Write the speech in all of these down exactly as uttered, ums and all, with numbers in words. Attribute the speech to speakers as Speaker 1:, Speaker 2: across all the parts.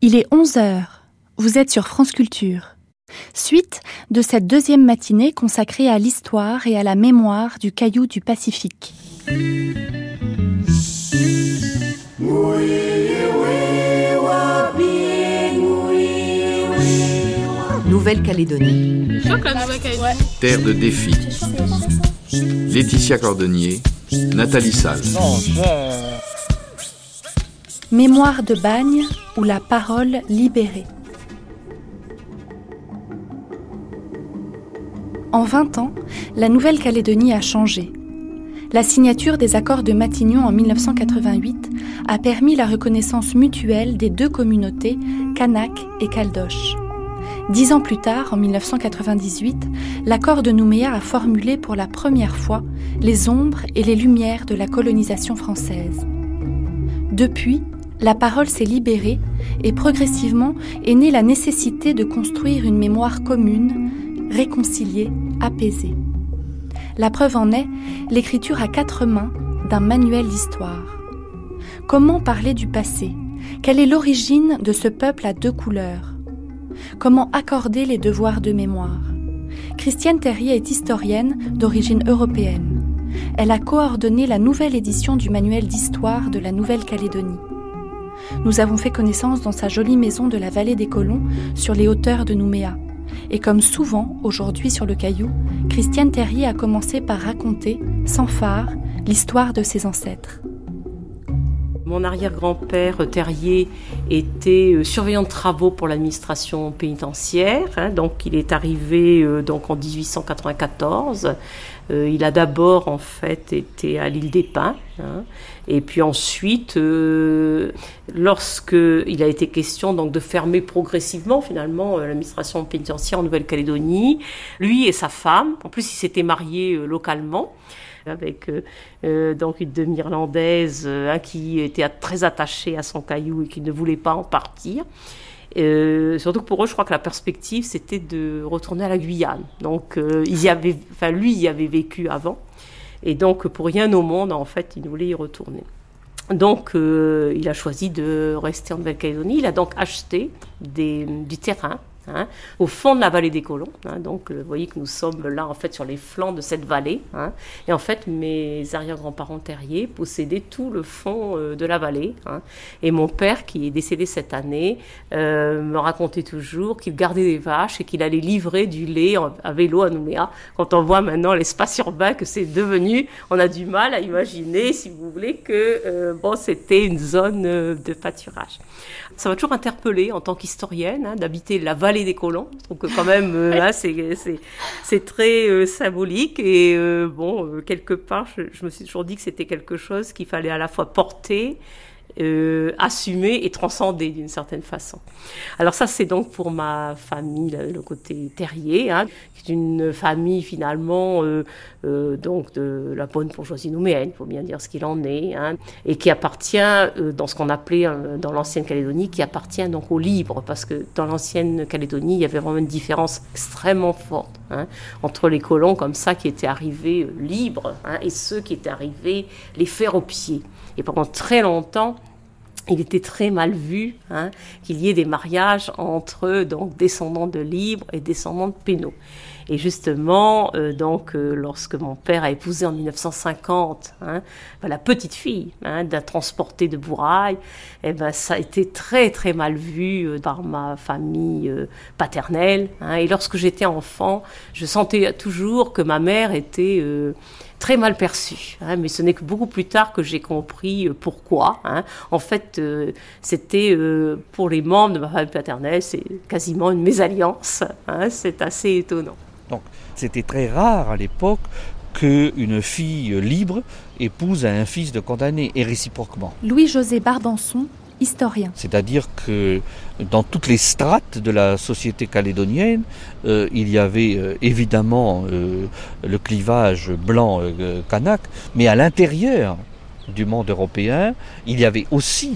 Speaker 1: Il est onze heures. Vous êtes sur France Culture. Suite de cette deuxième matinée consacrée à l'histoire et à la mémoire du Caillou du Pacifique.
Speaker 2: Nouvelle-Calédonie.
Speaker 3: Terre de défi. Laetitia Cordonnier, Nathalie Salle.
Speaker 1: Mémoire de Bagne ou la parole libérée. En vingt ans, la Nouvelle-Calédonie a changé. La signature des accords de Matignon en mille neuf cent quatre-vingt-huit a permis la reconnaissance mutuelle des deux communautés, Kanak et Caldoche. Dix ans plus tard, en mille neuf cent quatre-vingt-dix-huit, l'accord de Nouméa a formulé pour la première fois les ombres et les lumières de la colonisation française. Depuis, la parole s'est libérée et progressivement est née la nécessité de construire une mémoire commune, réconciliée, apaisée. La preuve en est l'écriture à quatre mains d'un manuel d'histoire. Comment parler du passé ? Quelle est l'origine de ce peuple à deux couleurs ? Comment accorder les devoirs de mémoire ? Christiane Terrier est historienne d'origine européenne. Elle a coordonné la nouvelle édition du manuel d'histoire de la Nouvelle-Calédonie. Nous avons fait connaissance dans sa jolie maison de la vallée des Colons, sur les hauteurs de Nouméa. Et comme souvent, aujourd'hui sur le Caillou, Christiane Terrier a commencé par raconter, sans phare, l'histoire de ses ancêtres.
Speaker 4: Mon arrière-grand-père Terrier était surveillant de travaux pour l'administration pénitentiaire. Hein, donc il est arrivé euh, donc en dix-huit cent quatre-vingt-quatorze. Euh, il a d'abord en fait été à l'île des Pins. Hein, et puis ensuite, euh, lorsque il a été question donc de fermer progressivement finalement l'administration pénitentiaire en Nouvelle-Calédonie, lui et sa femme, en plus il s'était marié euh, localement, avec euh, euh, donc une demi-irlandaise euh, hein, qui était très attachée à son caillou et qui ne voulait pas en partir. Euh, surtout que pour eux, je crois que la perspective, c'était de retourner à la Guyane. Donc, euh, ils y avaient, enfin, lui, il y avait vécu avant. Et donc, pour rien au monde, en fait, il voulait y retourner. Donc, euh, il a choisi de rester en Nouvelle-Calédonie. Il a donc acheté des, du terrain. Hein, au fond de la vallée des Colons. Hein, donc, vous voyez que nous sommes là, en fait, sur les flancs de cette vallée. Hein, et en fait, mes arrière-grands-parents terriers possédaient tout le fond euh, de la vallée. Hein, et mon père, qui est décédé cette année, euh, me racontait toujours qu'il gardait des vaches et qu'il allait livrer du lait en, à vélo à Nouméa. Quand on voit maintenant l'espace urbain que c'est devenu, on a du mal à imaginer, si vous voulez, que euh, bon, c'était une zone euh, de pâturage. Ça m'a toujours interpellée en tant qu'historienne, hein, d'habiter la vallée des Colons. Je trouve que quand même, euh, hein, c'est, c'est, c'est très euh, symbolique. Et euh, bon, euh, quelque part, je, je me suis toujours dit que c'était quelque chose qu'il fallait à la fois porter, euh, assumer et transcender d'une certaine façon. Alors ça, c'est donc pour ma famille, le, le côté Terrier, hein, qui est une famille finalement euh, euh, donc de la bonne bourgeoisie nouméenne, il faut bien dire ce qu'il en est, hein, et qui appartient euh, dans ce qu'on appelait euh, dans l'ancienne Calédonie, qui appartient donc aux libres, parce que dans l'ancienne Calédonie, il y avait vraiment une différence extrêmement forte hein, entre les colons comme ça qui étaient arrivés euh, libres hein, et ceux qui étaient arrivés les fers aux pieds. Et pendant très longtemps, il était très mal vu hein, qu'il y ait des mariages entre donc descendants de libres et descendants de pénaux. Et justement, euh, donc, euh, lorsque mon père a épousé en dix-neuf cent cinquante hein, ben, la petite fille hein, d'un transporté de Bourail, eh ben, ça a été très très mal vu euh, par ma famille euh, paternelle. Hein, et lorsque j'étais enfant, je sentais toujours que ma mère était euh, très mal perçue. Hein, mais ce n'est que beaucoup plus tard que j'ai compris euh, pourquoi. Hein. En fait, euh, c'était euh, pour les membres de ma famille paternelle, c'est quasiment une mésalliance. Hein, c'est assez étonnant.
Speaker 5: Donc, c'était très rare à l'époque qu'une fille libre épouse un fils de condamné, et réciproquement.
Speaker 1: Louis-José Barbançon, historien.
Speaker 5: C'est-à-dire que dans toutes les strates de la société calédonienne, euh, il y avait euh, évidemment euh, le clivage blanc-kanak, euh, mais à l'intérieur du monde européen, il y avait aussi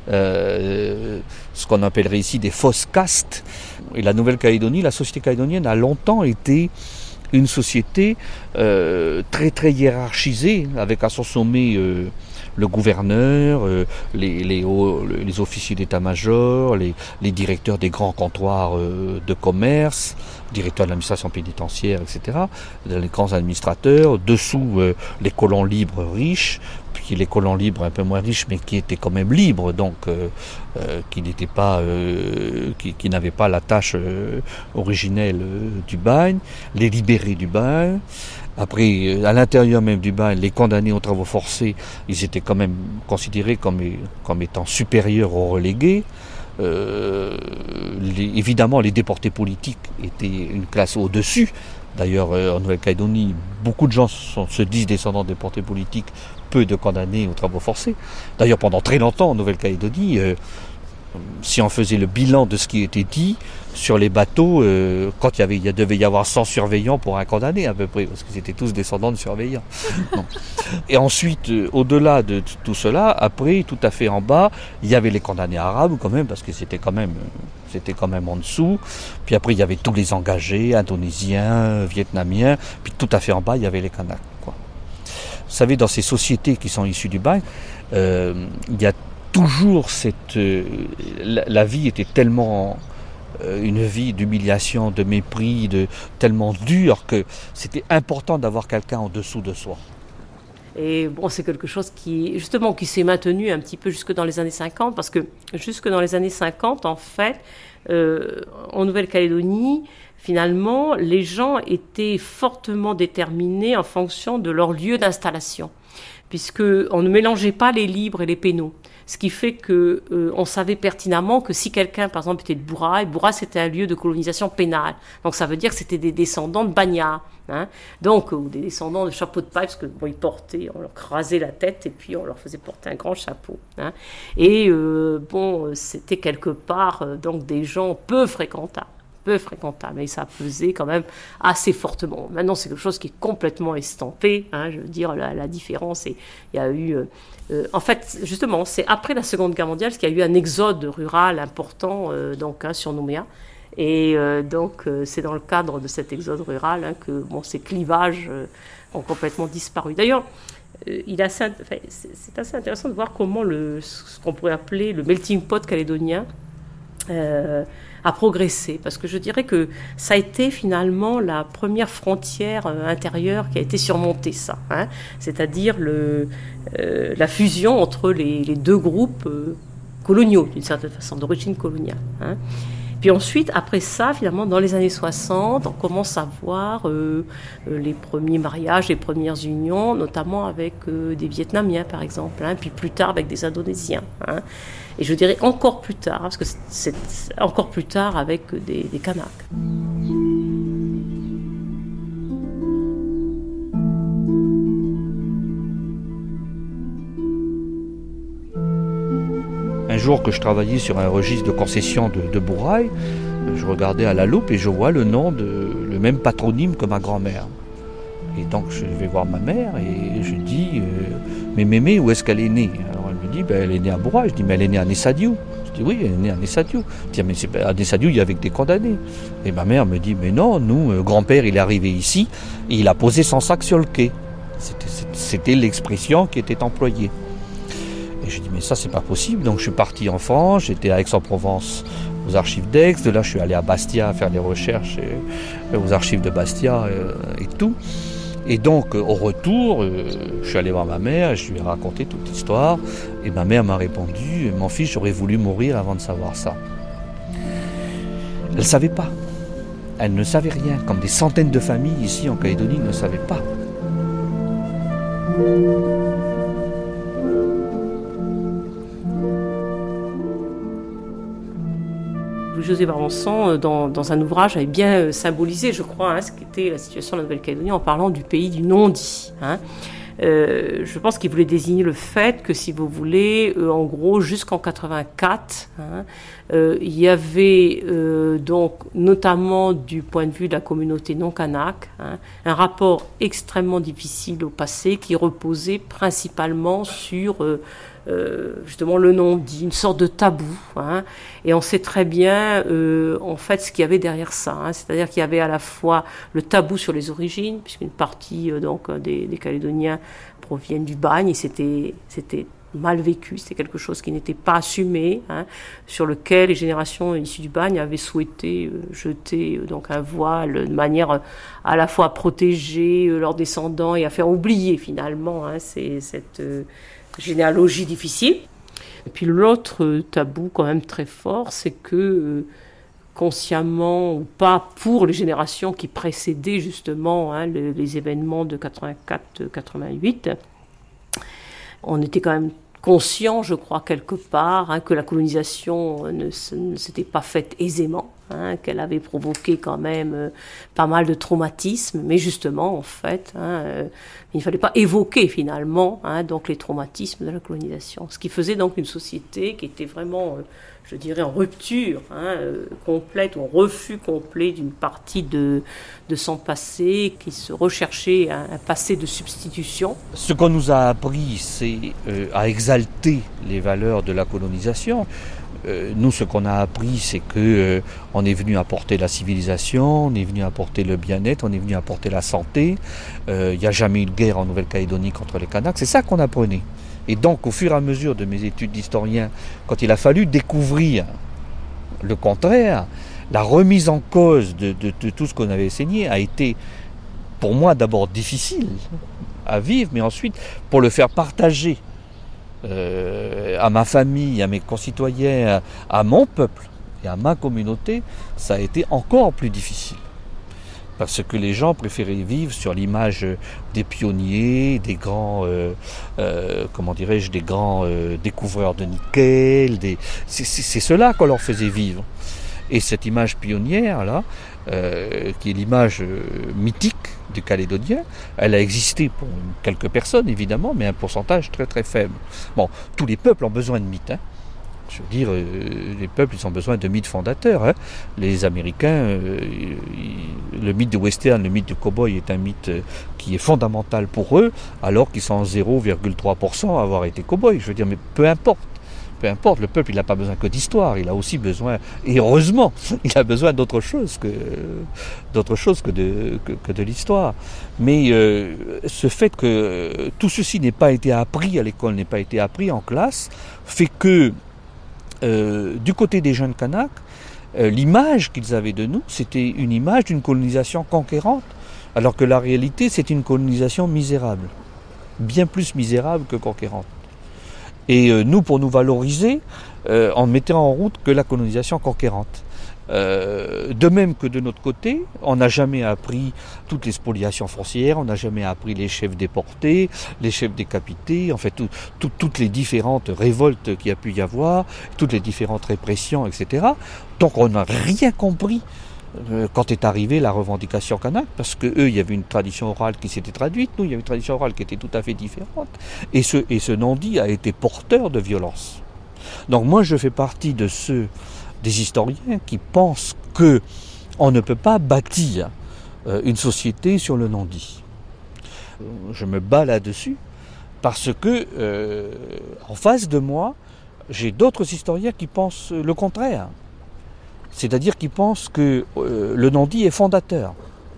Speaker 5: Euh, ce qu'on appellerait ici des fausses castes. Et la Nouvelle-Calédonie, la société calédonienne a longtemps été une société euh, très très hiérarchisée, avec à son sommet euh, le gouverneur, euh, les, les, hauts, les officiers d'état-major, les, les directeurs des grands comptoirs euh, de commerce, directeurs de l'administration pénitentiaire, et cetera, les grands administrateurs, dessous euh, les colons libres riches, puis les colons libres un peu moins riches, mais qui étaient quand même libres, donc euh, euh, qui n'étaient pas, euh, qui, qui n'avaient pas la tâche euh, originelle euh, du bagne, les libérés du bagne. Après, à l'intérieur même du bagne, les condamnés aux travaux forcés, ils étaient quand même considérés comme, comme étant supérieurs aux relégués. Euh, les, évidemment, les déportés politiques étaient une classe au-dessus. D'ailleurs, euh, en Nouvelle-Calédonie, beaucoup de gens sont, se disent descendants de déportés politiques, peu de condamnés aux travaux forcés. D'ailleurs, pendant très longtemps, en Nouvelle-Calédonie, euh, si on faisait le bilan de ce qui était dit sur les bateaux, euh, quand il y avait, il devait y avoir cent surveillants pour un condamné à peu près, parce qu'ils étaient tous descendants de surveillants. Non. Et ensuite, euh, au-delà de t- tout cela, après, tout à fait en bas, il y avait les condamnés arabes quand même, parce que c'était quand même, c'était quand même en dessous. Puis après, il y avait tous les engagés, indonésiens, vietnamiens. Puis tout à fait en bas, il y avait les Kanaks, quoi. Vous savez, dans ces sociétés qui sont issues du bagne, euh, il y a toujours cette... Euh, la, la vie était tellement... Euh, une vie d'humiliation, de mépris, de, tellement dure que c'était important d'avoir quelqu'un en dessous de soi.
Speaker 4: Et bon, c'est quelque chose qui, justement, qui s'est maintenu un petit peu jusque dans les années cinquante, parce que jusque dans les années cinquante, en fait, euh, en Nouvelle-Calédonie, finalement, les gens étaient fortement déterminés en fonction de leur lieu d'installation, puisqu'on ne mélangeait pas les libres et les pénaux. Ce qui fait que euh, on savait pertinemment que si quelqu'un, par exemple, était de Bourail, Bourail c'était un lieu de colonisation pénale. Donc ça veut dire que c'était des descendants de bagnards, hein. Donc ou des descendants de chapeaux de paille, parce que bon, ils portaient, on leur rasait la tête et puis on leur faisait porter un grand chapeau, hein. Et euh, bon, c'était quelque part euh, donc des gens peu fréquentables. peu fréquentable, mais ça pesait quand même assez fortement. Maintenant, c'est quelque chose qui est complètement estampé, hein, je veux dire, la, la différence, et il y a eu... Euh, euh, en fait, justement, c'est après la Seconde Guerre mondiale qu'il y a eu un exode rural important euh, donc, hein, sur Nouméa, et euh, donc euh, c'est dans le cadre de cet exode rural hein, que bon, ces clivages euh, ont complètement disparu. D'ailleurs, euh, il est assez, enfin, c'est, c'est assez intéressant de voir comment le, ce qu'on pourrait appeler le melting pot calédonien euh, a progressé, parce que je dirais que ça a été finalement la première frontière euh, intérieure qui a été surmontée, ça, hein, c'est-à-dire le, euh, la fusion entre les, les deux groupes euh, coloniaux, d'une certaine façon, d'origine coloniale, hein. Puis ensuite, après ça, finalement, dans les années soixante, on commence à voir euh, euh, les premiers mariages, les premières unions, notamment avec euh, des Vietnamiens, par exemple, hein, puis plus tard avec des Indonésiens, hein. Et je dirais encore plus tard, parce que c'est, c'est encore plus tard avec des, des Kanaks.
Speaker 5: Un jour que je travaillais sur un registre de concession de, de Bourail, je regardais à la loupe et je vois le nom de le même patronyme que ma grand-mère. Et donc je vais voir ma mère et je dis euh, mais Mémé, où est-ce qu'elle est née? Alors elle me dit ben, elle est née à Bourail. Je dis mais elle est née à Nessadiou. Je dis oui, elle est née à Nessadiou. Je dis mais c'est, à Nessadiou il y avait des condamnés. Et ma mère me dit mais non, nous, euh, grand-père il est arrivé ici et il a posé son sac sur le quai. C'était, c'était l'expression qui était employée. Et je dis mais ça c'est pas possible. Donc je suis parti en France, j'étais à Aix-en-Provence aux archives d'Aix, de là je suis allé à Bastia faire des recherches et, aux archives de Bastia et, et tout. Et donc au retour, je suis allé voir ma mère, je lui ai raconté toute l'histoire et ma mère m'a répondu mon fils, j'aurais voulu mourir avant de savoir ça. Elle ne savait pas. Elle ne savait rien, comme des centaines de familles ici en Calédonie ne savaient pas.
Speaker 4: José Barbançon, dans, dans un ouvrage, avait bien symbolisé, je crois, hein, ce qu'était la situation de la Nouvelle-Calédonie en parlant du pays du non-dit, hein. Euh, je pense qu'il voulait désigner le fait que, si vous voulez, euh, en gros, jusqu'en quatre-vingt-quatre, hein, euh, il y avait euh, donc, notamment du point de vue de la communauté non-kanak, hein, un rapport extrêmement difficile au passé qui reposait principalement sur euh, euh, justement le non-dit, une sorte de tabou. Hein, et on sait très bien, euh, en fait, ce qu'il y avait derrière ça. Hein, c'est-à-dire qu'il y avait à la fois le tabou sur les origines, puisqu'une partie euh, donc des, des Calédoniens proviennent du bagne, et c'était, c'était mal vécu, c'était quelque chose qui n'était pas assumé, hein, sur lequel les générations issues du bagne avaient souhaité euh, jeter euh, donc un voile de manière euh, à la fois à protéger euh, leurs descendants et à faire oublier finalement hein, c'est, cette euh, généalogie difficile. Et puis l'autre tabou quand même très fort, c'est que euh, consciemment ou pas, pour les générations qui précédaient justement hein, les, les événements de quatre-vingt-quatre quatre-vingt-huit, on était quand même conscient, je crois, quelque part, hein, que la colonisation ne, ne s'était pas faite aisément, hein, qu'elle avait provoqué quand même euh, pas mal de traumatismes, mais justement, en fait, hein, euh, il ne fallait pas évoquer finalement hein, donc les traumatismes de la colonisation. Ce qui faisait donc une société qui était vraiment, euh, je dirais, en rupture hein, euh, complète, ou en refus complet d'une partie de, de son passé, qui se recherchait un, un passé de substitution.
Speaker 5: Ce qu'on nous a appris, c'est euh, à exalter les valeurs de la colonisation. Euh, nous, ce qu'on a appris, c'est que euh, on est venu apporter la civilisation, on est venu apporter le bien-être, on est venu apporter la santé. Il euh, n'y a jamais eu de guerre en Nouvelle-Calédonie contre les Kanaks. C'est ça qu'on apprenait. Et donc, au fur et à mesure de mes études d'historien, quand il a fallu découvrir le contraire, la remise en cause de, de, de tout ce qu'on avait enseigné a été, pour moi, d'abord difficile à vivre, mais ensuite, pour le faire partager Euh, à ma famille, à mes concitoyens, à, à mon peuple et à ma communauté, ça a été encore plus difficile. Parce que les gens préféraient vivre sur l'image des pionniers, des grands, euh, euh, comment dirais-je, des grands euh, découvreurs de nickel. Des... C'est, c'est, c'est cela qu'on leur faisait vivre. Et cette image pionnière là, euh, qui est l'image euh, mythique du Calédonien, elle a existé pour quelques personnes évidemment, mais un pourcentage très très faible. Bon, tous les peuples ont besoin de mythes. Hein. Je veux dire, euh, les peuples ils ont besoin de mythes fondateurs. Hein. Les Américains, euh, ils, le mythe du western, le mythe du cow-boy est un mythe euh, qui est fondamental pour eux, alors qu'ils sont zéro virgule trois pour cent à avoir été cow-boy. Je veux dire, mais peu importe. Peu importe, le peuple, il n'a pas besoin que d'histoire, il a aussi besoin, et heureusement, il a besoin d'autre chose que, d'autre chose que, de, que, que de l'histoire. Mais euh, ce fait que tout ceci n'ait pas été appris à l'école, n'ait pas été appris en classe, fait que, euh, du côté des jeunes Kanaks, euh, l'image qu'ils avaient de nous, c'était une image d'une colonisation conquérante, alors que la réalité, c'est une colonisation misérable, bien plus misérable que conquérante. Et euh, nous, pour nous valoriser, euh, on mettait en route que la colonisation conquérante. Euh, de même que de notre côté, on n'a jamais appris toutes les spoliations foncières, on n'a jamais appris les chefs déportés, les chefs décapités, en fait tout, tout, toutes les différentes révoltes qu'il y a pu y avoir, toutes les différentes répressions, et cetera. Donc on n'a rien compris quand est arrivée la revendication kanak, parce que eux, il y avait une tradition orale qui s'était traduite, nous, il y avait une tradition orale qui était tout à fait différente, et ce, et ce non-dit a été porteur de violence. Donc moi, je fais partie de ceux, des historiens, qui pensent que on ne peut pas bâtir euh, une société sur le non-dit. Je me bats là-dessus, parce que, euh, en face de moi, j'ai d'autres historiens qui pensent le contraire. C'est-à-dire qu'ils pensent que euh, le non-dit est fondateur.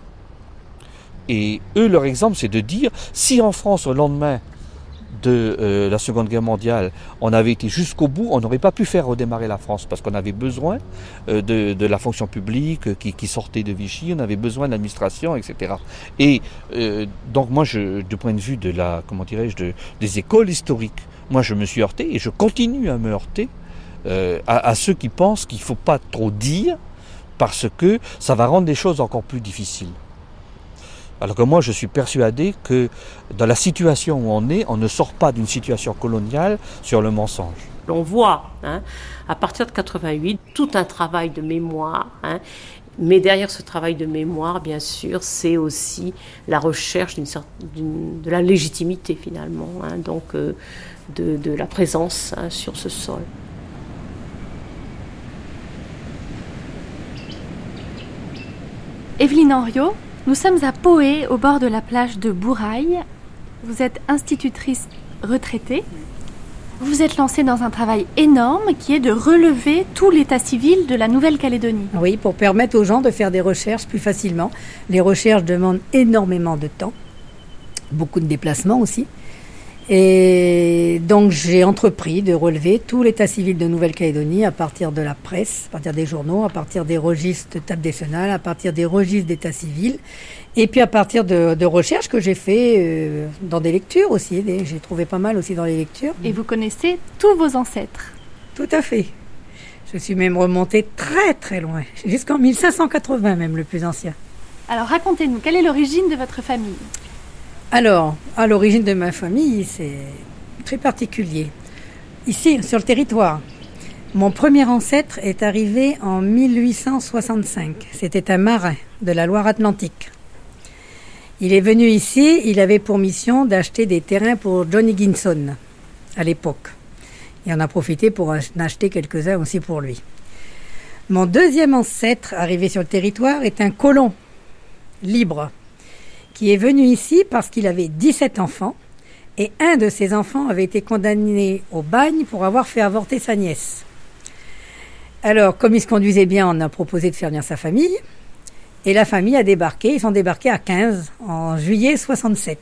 Speaker 5: Et eux, leur exemple, c'est de dire, si en France, au lendemain de euh, la Seconde Guerre mondiale, on avait été jusqu'au bout, on n'aurait pas pu faire redémarrer la France, parce qu'on avait besoin euh, de, de la fonction publique euh, qui, qui sortait de Vichy, on avait besoin de l'administration, et cetera. Et euh, donc moi, je, du point de vue de la, comment dirais-je, de, des écoles historiques, moi je me suis heurté, et je continue à me heurter, Euh, à, à ceux qui pensent qu'il ne faut pas trop dire parce que ça va rendre les choses encore plus difficiles. Alors que moi je suis persuadé que dans la situation où on est, on ne sort pas d'une situation coloniale sur le mensonge.
Speaker 4: On voit, hein, à partir de quatre-vingt-huit, tout un travail de mémoire, hein, mais derrière ce travail de mémoire, bien sûr, c'est aussi la recherche d'une sorte, d'une, de la légitimité finalement, hein, donc euh, de, de la présence hein, sur ce sol.
Speaker 1: Evelyne Henriot, nous sommes à Poé, au bord de la plage de Bourail. Vous êtes institutrice retraitée. Vous vous êtes lancé dans un travail énorme qui est de relever tout l'état civil de la Nouvelle-Calédonie.
Speaker 2: Oui, pour permettre aux gens de faire des recherches plus facilement. Les recherches demandent énormément de temps, beaucoup de déplacements aussi. Et donc j'ai entrepris de relever tout l'état civil de Nouvelle-Calédonie à partir de la presse, à partir des journaux, à partir des registres de table décennale, à partir des registres d'état civil, et puis à partir de, de recherches que j'ai fait euh, dans des lectures aussi. Des, j'ai trouvé pas mal aussi dans les lectures.
Speaker 1: Et vous connaissez tous vos ancêtres?
Speaker 2: Tout à fait. Je suis même remontée très très loin, jusqu'en mille cinq cent quatre-vingts même, le plus ancien.
Speaker 1: Alors racontez-nous, quelle est l'origine de votre famille?
Speaker 2: Alors, à l'origine de ma famille, c'est très particulier. Ici, sur le territoire, mon premier ancêtre est arrivé en mille huit cent soixante-cinq. C'était un marin de la Loire-Atlantique. Il est venu ici, il avait pour mission d'acheter des terrains pour Johnny Ginson, à l'époque. Il en a profité pour en acheter quelques-uns aussi pour lui. Mon deuxième ancêtre arrivé sur le territoire est un colon libre, qui est venu ici parce qu'il avait dix-sept enfants et un de ses enfants avait été condamné au bagne pour avoir fait avorter sa nièce. Alors, comme il se conduisait bien, on a proposé de faire venir sa famille et la famille a débarqué. Ils sont débarqués à quinze en juillet soixante-sept.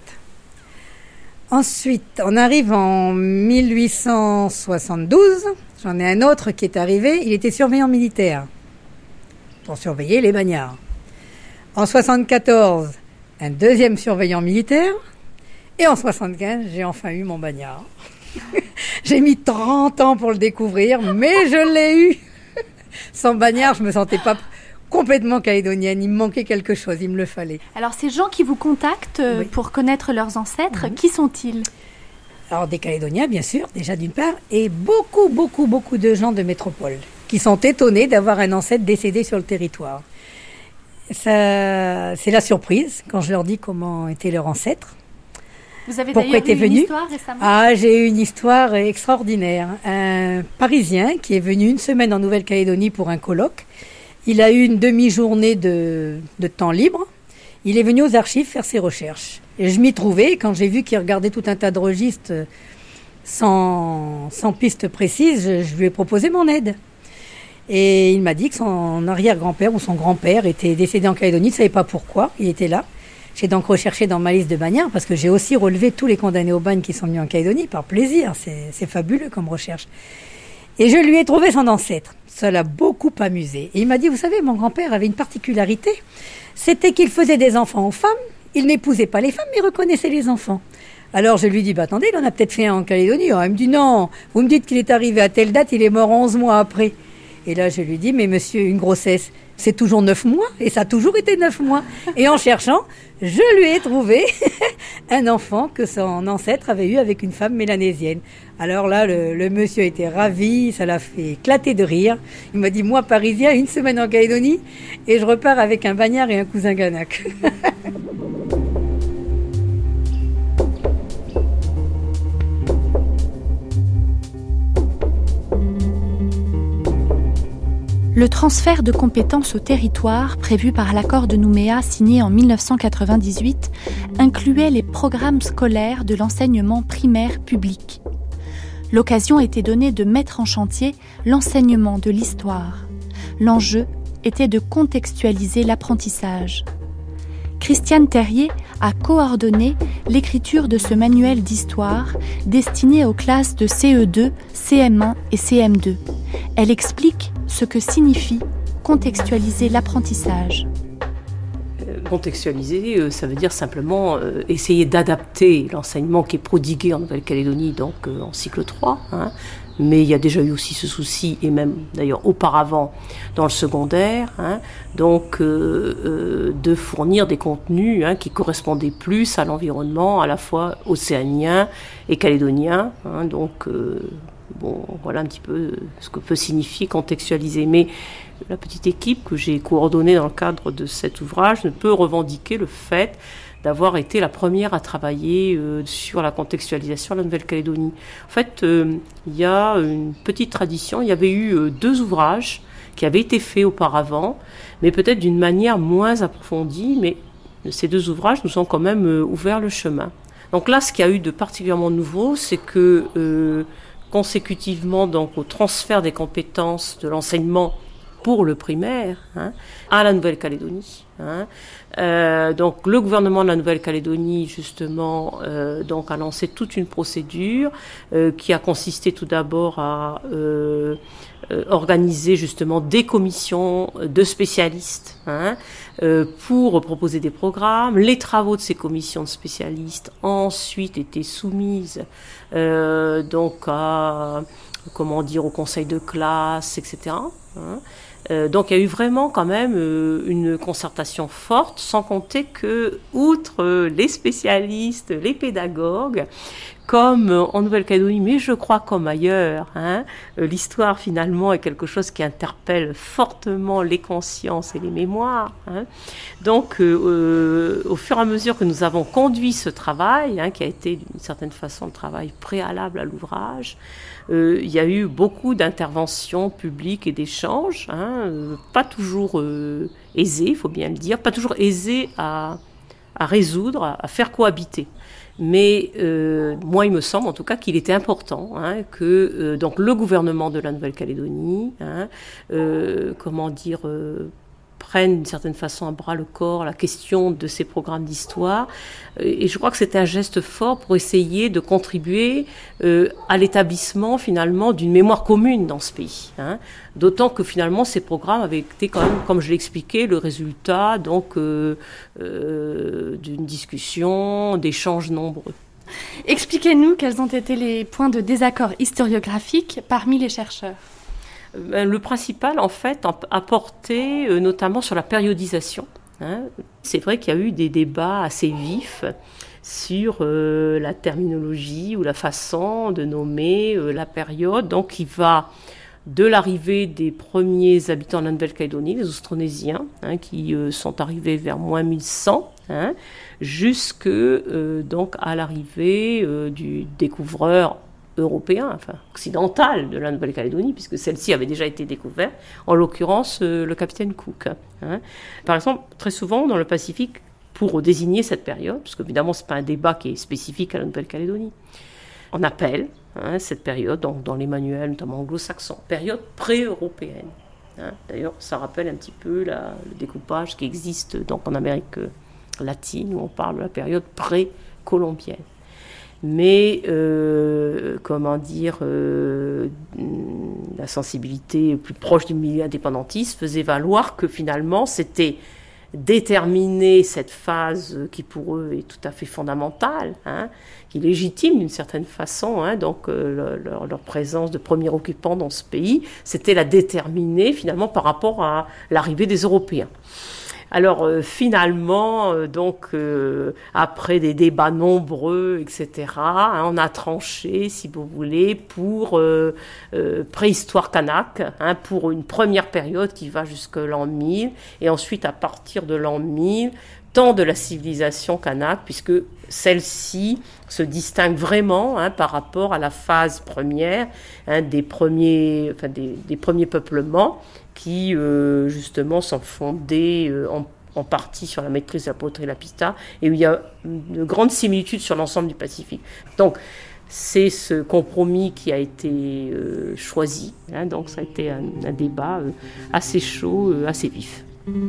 Speaker 2: Ensuite, on arrive en mille huit cent soixante-douze. J'en ai un autre qui est arrivé. Il était surveillant militaire pour surveiller les bagnards. En soixante-quatorze, un deuxième surveillant militaire, et en soixante-quinze, j'ai enfin eu mon bagnard. J'ai mis trente ans pour le découvrir, mais je l'ai eu. Sans bagnard, je me sentais pas complètement calédonienne, il me manquait quelque chose, il me le fallait.
Speaker 1: Alors ces gens qui vous contactent oui. pour connaître leurs ancêtres, mmh. qui sont-ils?
Speaker 2: Alors des Calédoniens, bien sûr, déjà d'une part, et beaucoup, beaucoup, beaucoup de gens de métropole, qui sont étonnés d'avoir un ancêtre décédé sur le territoire. Ça, c'est la surprise quand je leur dis comment était leur ancêtre.
Speaker 1: Vous avez
Speaker 2: Pourquoi
Speaker 1: d'ailleurs eu
Speaker 2: venu.
Speaker 1: une histoire récemment?
Speaker 2: Ah, j'ai eu une histoire extraordinaire. Un Parisien qui est venu une semaine en Nouvelle-Calédonie pour un colloque. Il a eu une demi-journée de, de temps libre. Il est venu aux archives faire ses recherches. Et je m'y trouvais. Quand j'ai vu qu'il regardait tout un tas de registres sans, sans piste précise, je, je lui ai proposé mon aide. Et il m'a dit que son arrière-grand-père ou son grand-père était décédé en Calédonie. Il ne savait pas pourquoi, il était là. J'ai donc recherché dans ma liste de bagnards, parce que j'ai aussi relevé tous les condamnés au bagne qui sont venus en Calédonie, par plaisir. C'est, c'est fabuleux comme recherche. Et je lui ai trouvé son ancêtre. Ça l'a beaucoup amusé. Et il m'a dit, vous savez, mon grand-père avait une particularité. C'était qu'il faisait des enfants aux femmes. Il n'épousait pas les femmes, mais reconnaissait les enfants. Alors je lui dis, bah attendez, il en a peut-être fait un en Calédonie. Alors, il me dit, non, vous me dites qu'il est arrivé à telle date, il est mort onze mois après. Et là, je lui dis, mais monsieur, une grossesse, c'est toujours neuf mois, et ça a toujours été neuf mois. Et en cherchant, je lui ai trouvé un enfant que son ancêtre avait eu avec une femme mélanésienne. Alors là, le, le monsieur était ravi, ça l'a fait éclater de rire. Il m'a dit, moi, Parisien, une semaine en Calédonie, et je repars avec un bagnard et un cousin kanak.
Speaker 1: Le transfert de compétences au territoire prévu par l'accord de Nouméa signé en mille neuf cent quatre-vingt-dix-huit incluait les programmes scolaires de l'enseignement primaire public. L'occasion était donnée de mettre en chantier l'enseignement de l'histoire. L'enjeu était de contextualiser l'apprentissage. Christiane Terrier a coordonné l'écriture de ce manuel d'histoire destiné aux classes de C E deux, C M un et C M deux. Elle explique ce que signifie contextualiser l'apprentissage.
Speaker 4: Contextualiser, ça veut dire simplement essayer d'adapter l'enseignement qui est prodigué en Nouvelle-Calédonie, donc en cycle trois, hein. Mais il y a déjà eu aussi ce souci, et même d'ailleurs auparavant dans le secondaire, hein, donc euh, euh, de fournir des contenus hein, qui correspondaient plus à l'environnement, à la fois océanien et calédonien. Hein, donc euh, bon, voilà un petit peu ce que peut signifier contextualiser. Mais la petite équipe que j'ai coordonnée dans le cadre de cet ouvrage ne peut revendiquer le fait d'avoir été la première à travailler euh, sur la contextualisation de la Nouvelle-Calédonie. En fait, euh, il y a une petite tradition. Il y avait eu euh, deux ouvrages qui avaient été faits auparavant, mais peut-être d'une manière moins approfondie, mais ces deux ouvrages nous ont quand même euh, ouvert le chemin. Donc là, ce qu'il y a eu de particulièrement nouveau, c'est que euh, consécutivement donc au transfert des compétences de l'enseignement pour le primaire hein, à la Nouvelle-Calédonie. Hein. Euh, donc le gouvernement de la Nouvelle-Calédonie justement euh, donc a lancé toute une procédure euh, qui a consisté tout d'abord à euh, euh, organiser justement des commissions de spécialistes hein, euh, pour proposer des programmes. Les travaux de ces commissions de spécialistes ensuite étaient soumises euh, donc à comment dire au conseil de classe, et cetera. Hein. Euh, donc il y a eu vraiment quand même euh, une concertation forte, sans compter que, outre euh, les spécialistes, les pédagogues, comme euh, en Nouvelle-Calédonie, mais je crois comme ailleurs, hein, euh, l'histoire finalement est quelque chose qui interpelle fortement les consciences et les mémoires. Hein. Donc euh, euh, au fur et à mesure que nous avons conduit ce travail, hein, qui a été d'une certaine façon le travail préalable à l'ouvrage, Euh, il y a eu beaucoup d'interventions publiques et d'échanges, hein, euh, pas toujours euh, aisés, il faut bien le dire, pas toujours aisés à, à résoudre, à, à faire cohabiter. Mais euh, moi, il me semble en tout cas qu'il était important hein, que euh, donc le gouvernement de la Nouvelle-Calédonie, hein, euh, comment dire, euh, prenne d'une certaine façon à bras le corps la question de ces programmes d'histoire. Et je crois que c'est un geste fort pour essayer de contribuer euh, à l'établissement finalement d'une mémoire commune dans ce pays. Hein. D'autant que finalement ces programmes avaient été quand même, comme je l'ai expliqué, le résultat donc euh, euh, d'une discussion, d'échanges nombreux.
Speaker 1: Expliquez-nous quels ont été les points de désaccord historiographiques parmi les chercheurs.
Speaker 4: Le principal, en fait, a porté euh, notamment sur la périodisation. Hein. C'est vrai qu'il y a eu des débats assez vifs sur euh, la terminologie ou la façon de nommer euh, la période, donc qui va de l'arrivée des premiers habitants de la Nouvelle-Calédonie, les Austronésiens, hein, qui euh, sont arrivés vers moins mille cent, hein, jusque euh, donc à l'arrivée euh, du découvreur européen, enfin occidental de la Nouvelle-Calédonie, puisque celle-ci avait déjà été découverte, en l'occurrence euh, le capitaine Cook. Hein. Par exemple, très souvent dans le Pacifique, pour désigner cette période, parce qu'évidemment ce n'est pas un débat qui est spécifique à la Nouvelle-Calédonie, on appelle hein, cette période, donc, dans les manuels, notamment anglo-saxons, période pré-européenne. Hein. D'ailleurs, ça rappelle un petit peu la, le découpage qui existe donc, en Amérique latine, où on parle de la période pré-colombienne. Mais, euh, comment dire, euh, la sensibilité plus proche du milieu indépendantiste faisait valoir que finalement, c'était déterminer cette phase qui pour eux est tout à fait fondamentale, hein, qui légitime d'une certaine façon, hein, donc euh, leur, leur présence de premier occupant dans ce pays, c'était la déterminer finalement par rapport à l'arrivée des Européens. Alors euh, finalement, euh, donc euh, après des débats nombreux, et cetera, hein, on a tranché, si vous voulez, pour euh, euh, préhistoire kanak, hein, pour une première période qui va jusque l'an mille, et ensuite à partir de l'an mille, temps de la civilisation kanak, puisque celle-ci se distingue vraiment hein, par rapport à la phase première hein, des premiers, enfin des, des premiers peuplements qui euh, justement sont fondés euh, en, en partie sur la maîtrise de la poterie lapita et où il y a de grandes similitudes sur l'ensemble du Pacifique. Donc c'est ce compromis qui a été euh, choisi. Hein, donc ça a été un, un débat euh, assez chaud, euh, assez vif.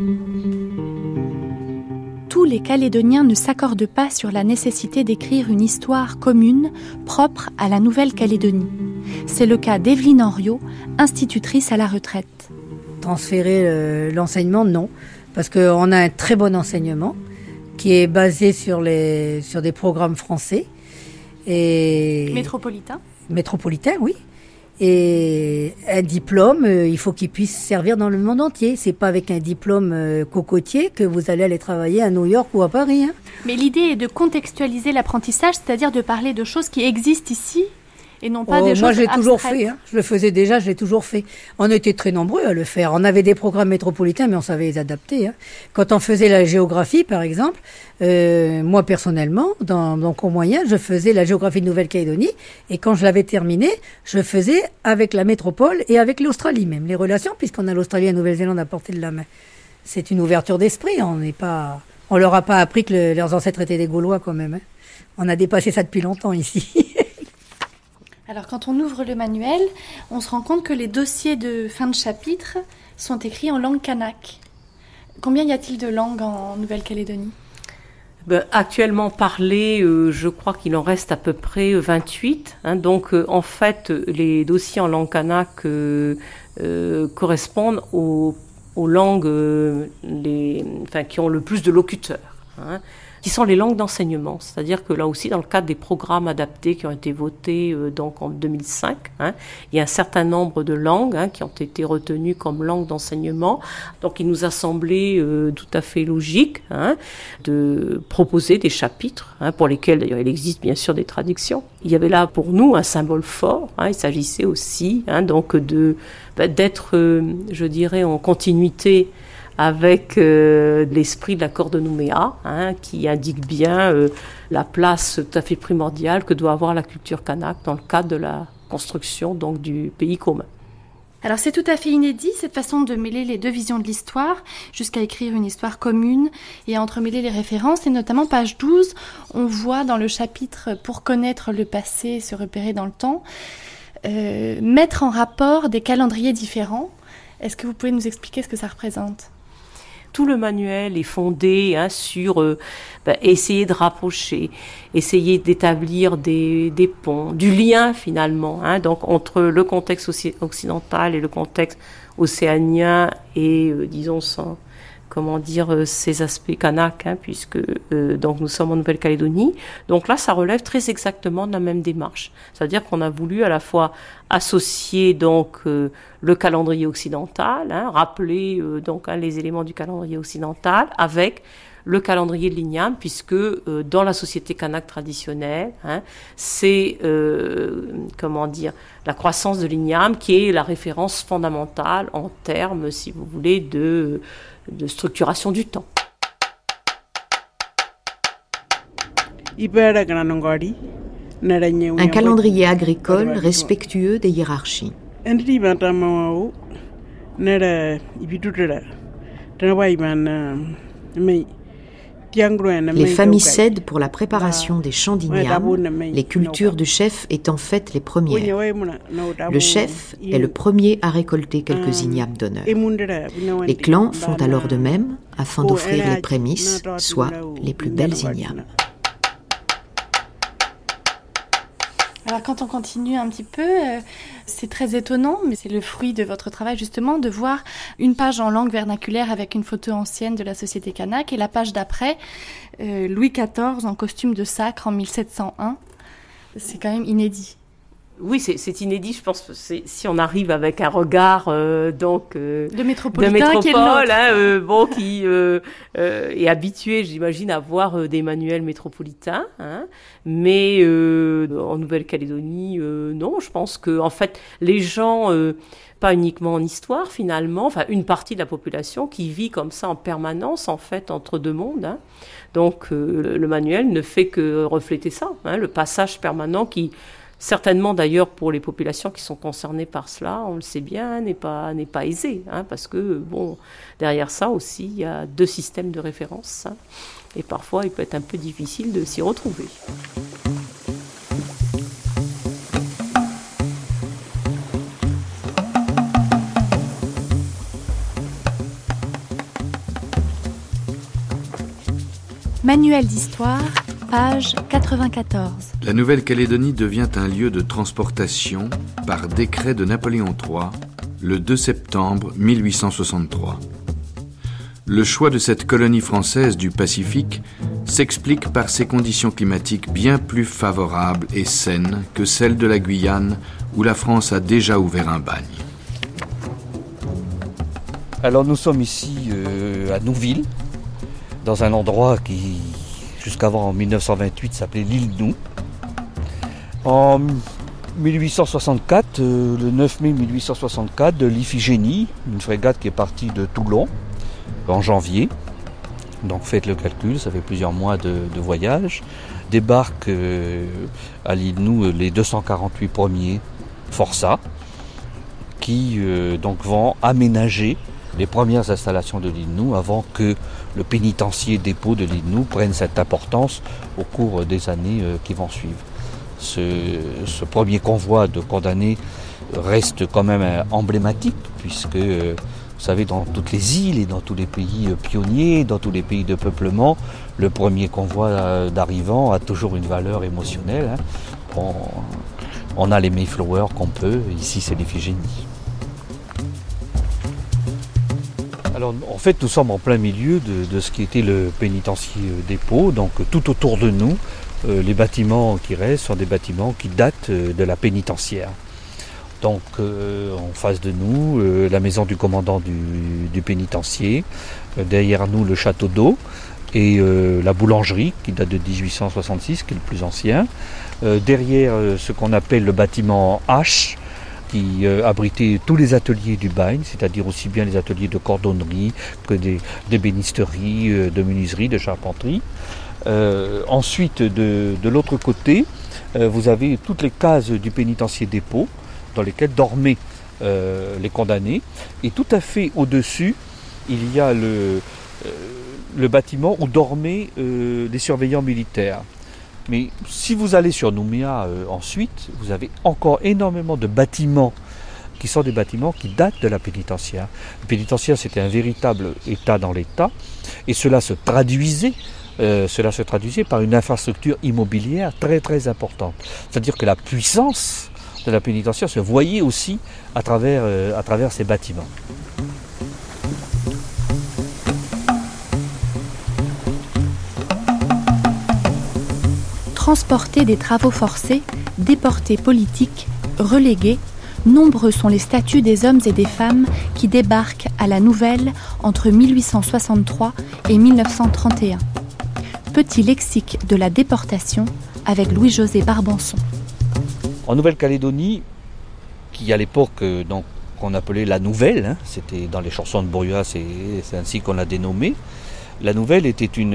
Speaker 1: Tous les Calédoniens ne s'accordent pas sur la nécessité d'écrire une histoire commune propre à la Nouvelle-Calédonie. C'est le cas d'Evelyne Henriot, institutrice à la retraite.
Speaker 2: Transférer euh, l'enseignement, non, parce qu'on a un très bon enseignement qui est basé sur, les, sur des programmes français. Et
Speaker 1: métropolitain
Speaker 2: Métropolitain, oui. Et un diplôme, euh, il faut qu'il puisse servir dans le monde entier. C'est pas avec un diplôme euh, cocotier que vous allez aller travailler à New York ou à Paris. Hein.
Speaker 1: Mais l'idée est de contextualiser l'apprentissage, c'est-à-dire de parler de choses qui existent ici et non pas
Speaker 2: oh,
Speaker 1: des choses
Speaker 2: moi, je l'ai
Speaker 1: abstraites.
Speaker 2: toujours fait. Hein. Je le faisais déjà, je l'ai toujours fait. On était très nombreux à le faire. On avait des programmes métropolitains, mais on savait les adapter. Hein. Quand on faisait la géographie, par exemple, euh, moi personnellement, dans mon cours moyen, je faisais la géographie de Nouvelle-Calédonie. Et quand je l'avais terminée, je faisais avec la métropole et avec l'Australie même, les relations, puisqu'on a l'Australie et la Nouvelle-Zélande à portée de la main. C'est une ouverture d'esprit. On n'est pas, on leur a pas appris que le, leurs ancêtres étaient des Gaulois quand même. Hein. On a dépassé ça depuis longtemps ici.
Speaker 1: Alors quand on ouvre le manuel, on se rend compte que les dossiers de fin de chapitre sont écrits en langue kanak. Combien y a-t-il de langues en Nouvelle-Calédonie ?
Speaker 4: Ben, actuellement parlé, euh, je crois qu'il en reste à peu près vingt-huit. Hein, donc euh, en fait, les dossiers en langue kanak euh, euh, correspondent aux, aux langues euh, les, enfin, qui ont le plus de locuteurs. Hein, qui sont les langues d'enseignement. C'est-à-dire que là aussi, dans le cadre des programmes adaptés qui ont été votés euh, donc en deux mille cinq, hein, il y a un certain nombre de langues hein, qui ont été retenues comme langues d'enseignement. Donc il nous a semblé euh, tout à fait logique hein, de proposer des chapitres, hein, pour lesquels d'ailleurs il existe bien sûr des traductions. Il y avait là pour nous un symbole fort. Hein, il s'agissait aussi hein, donc de, bah, d'être, euh, je dirais, en continuité avec euh, l'esprit de l'accord de Nouméa, hein, qui indique bien euh, la place tout à fait primordiale que doit avoir la culture kanak dans le cadre de la construction donc, du pays commun.
Speaker 1: Alors c'est tout à fait inédit, cette façon de mêler les deux visions de l'histoire, jusqu'à écrire une histoire commune et à entremêler les références. Et notamment, page douze, on voit dans le chapitre « Pour connaître le passé et se repérer dans le temps euh, », mettre en rapport des calendriers différents. Est-ce que vous pouvez nous expliquer ce que ça représente ?
Speaker 4: Tout le manuel est fondé hein, sur euh, bah, essayer de rapprocher, essayer d'établir des, des ponts, du lien finalement, hein, donc entre le contexte occidental et le contexte océanien et euh, disons sans, comment dire euh, ces aspects kanak, hein, puisque euh, donc nous sommes en Nouvelle-Calédonie. Donc là, ça relève très exactement de la même démarche, c'est-à-dire qu'on a voulu à la fois associer donc euh, le calendrier occidental, hein, rappeler euh, donc hein, les éléments du calendrier occidental avec le calendrier de l'Igname, puisque euh, dans la société kanak traditionnelle, hein, c'est euh, comment dire la croissance de l'Igname qui est la référence fondamentale en termes, si vous voulez, de de structuration du temps.
Speaker 6: Un calendrier agricole respectueux des hiérarchies. Les familles cèdent pour la préparation des champs d'igname, les cultures du chef étant faites les premières. Le chef est le premier à récolter quelques ignames d'honneur. Les clans font alors de même afin d'offrir les prémices, soit les plus belles ignames.
Speaker 1: Alors quand on continue un petit peu, euh, c'est très étonnant, mais c'est le fruit de votre travail justement, de voir une page en langue vernaculaire avec une photo ancienne de la société kanak, et la page d'après, euh, Louis quatorze en costume de sacre en mille sept cent un. C'est quand même inédit.
Speaker 4: Oui, c'est, c'est inédit, je pense, c'est, si on arrive avec un regard euh, donc euh,
Speaker 1: de métropolitain,
Speaker 4: de métropole,
Speaker 1: qui est le nôtre.
Speaker 4: Hein, euh, bon, qui euh, euh, est habitué, j'imagine, à voir euh, des manuels métropolitains, hein, mais euh, en Nouvelle-Calédonie, euh, non, je pense que en fait, les gens, euh, pas uniquement en histoire finalement, enfin une partie de la population qui vit comme ça en permanence en fait entre deux mondes. Hein. Donc euh, le, le manuel ne fait que refléter ça, hein, le passage permanent qui certainement d'ailleurs pour les populations qui sont concernées par cela, on le sait bien, n'est pas, n'est pas aisé, hein, parce que bon, derrière ça aussi, il y a deux systèmes de référence, hein, et parfois il peut être un peu difficile de s'y retrouver.
Speaker 1: Manuel d'histoire, page quatre-vingt-quatorze.
Speaker 3: La Nouvelle-Calédonie devient un lieu de transportation par décret de Napoléon trois le deux septembre mille huit cent soixante-trois. Le choix de cette colonie française du Pacifique s'explique par ses conditions climatiques bien plus favorables et saines que celles de la Guyane où la France a déjà ouvert un bagne.
Speaker 5: Alors nous sommes ici euh, à Nouville, dans un endroit qui, jusqu'avant en mille neuf cent vingt-huit, s'appelait l'île Nou. En mille huit cent soixante-quatre, euh, le neuf mai mille huit cent soixante-quatre, de l'Iphigénie, une frégate qui est partie de Toulon en janvier, donc faites le calcul, ça fait plusieurs mois de, de voyage, débarquent euh, à l'île Nou les deux cent quarante-huit premiers forçats qui euh, donc vont aménager les premières installations de l'île Nou avant que le pénitencier dépôt de l'île Nou prenne cette importance au cours des années euh, qui vont suivre. ce, ce premier convoi de condamnés reste quand même emblématique, puisque, vous savez, dans toutes les îles et dans tous les pays pionniers, dans tous les pays de peuplement, le premier convoi d'arrivants a toujours une valeur émotionnelle. Hein. On, on a les Mayflower qu'on peut, ici c'est l'Iphigénie. Alors en fait nous sommes en plein milieu de, de ce qui était le pénitencier dépôt, donc tout autour de nous, euh, les bâtiments qui restent sont des bâtiments qui datent de la pénitentiaire. Donc euh, en face de nous, euh, la maison du commandant du, du pénitencier, euh, derrière nous le château d'eau et euh, la boulangerie qui date de dix-huit cent soixante-six, qui est le plus ancien. Euh, derrière euh, ce qu'on appelle le bâtiment H, qui euh, abritait tous les ateliers du bagne, c'est-à-dire aussi bien les ateliers de cordonnerie que des, des bénisteries, euh, de menuiserie, de charpenterie. Euh, ensuite, de, de l'autre côté, euh, vous avez toutes les cases du pénitencier dépôt, dans lesquelles dormaient euh, les condamnés. Et tout à fait au-dessus, il y a le, euh, le bâtiment où dormaient euh, les surveillants militaires. Mais si vous allez sur Nouméa euh, ensuite, vous avez encore énormément de bâtiments qui sont des bâtiments qui datent de la pénitentiaire. La pénitentiaire, c'était un véritable État dans l'État, et cela se traduisait, euh, cela se traduisait par une infrastructure immobilière très très importante. C'est-à-dire que la puissance de la pénitentiaire se voyait aussi à travers, euh, à travers ces bâtiments.
Speaker 1: Transportés des travaux forcés, déportés politiques, relégués, nombreux sont les statuts des hommes et des femmes qui débarquent à la Nouvelle entre mille huit cent soixante-trois et mille neuf cent trente et un. Petit lexique de la déportation avec Louis-José Barbanson.
Speaker 5: En Nouvelle-Calédonie, qui à l'époque donc, qu'on appelait la Nouvelle, hein, c'était dans les chansons de Bourgeois, c'est, c'est ainsi qu'on l'a dénommée. La Nouvelle était une,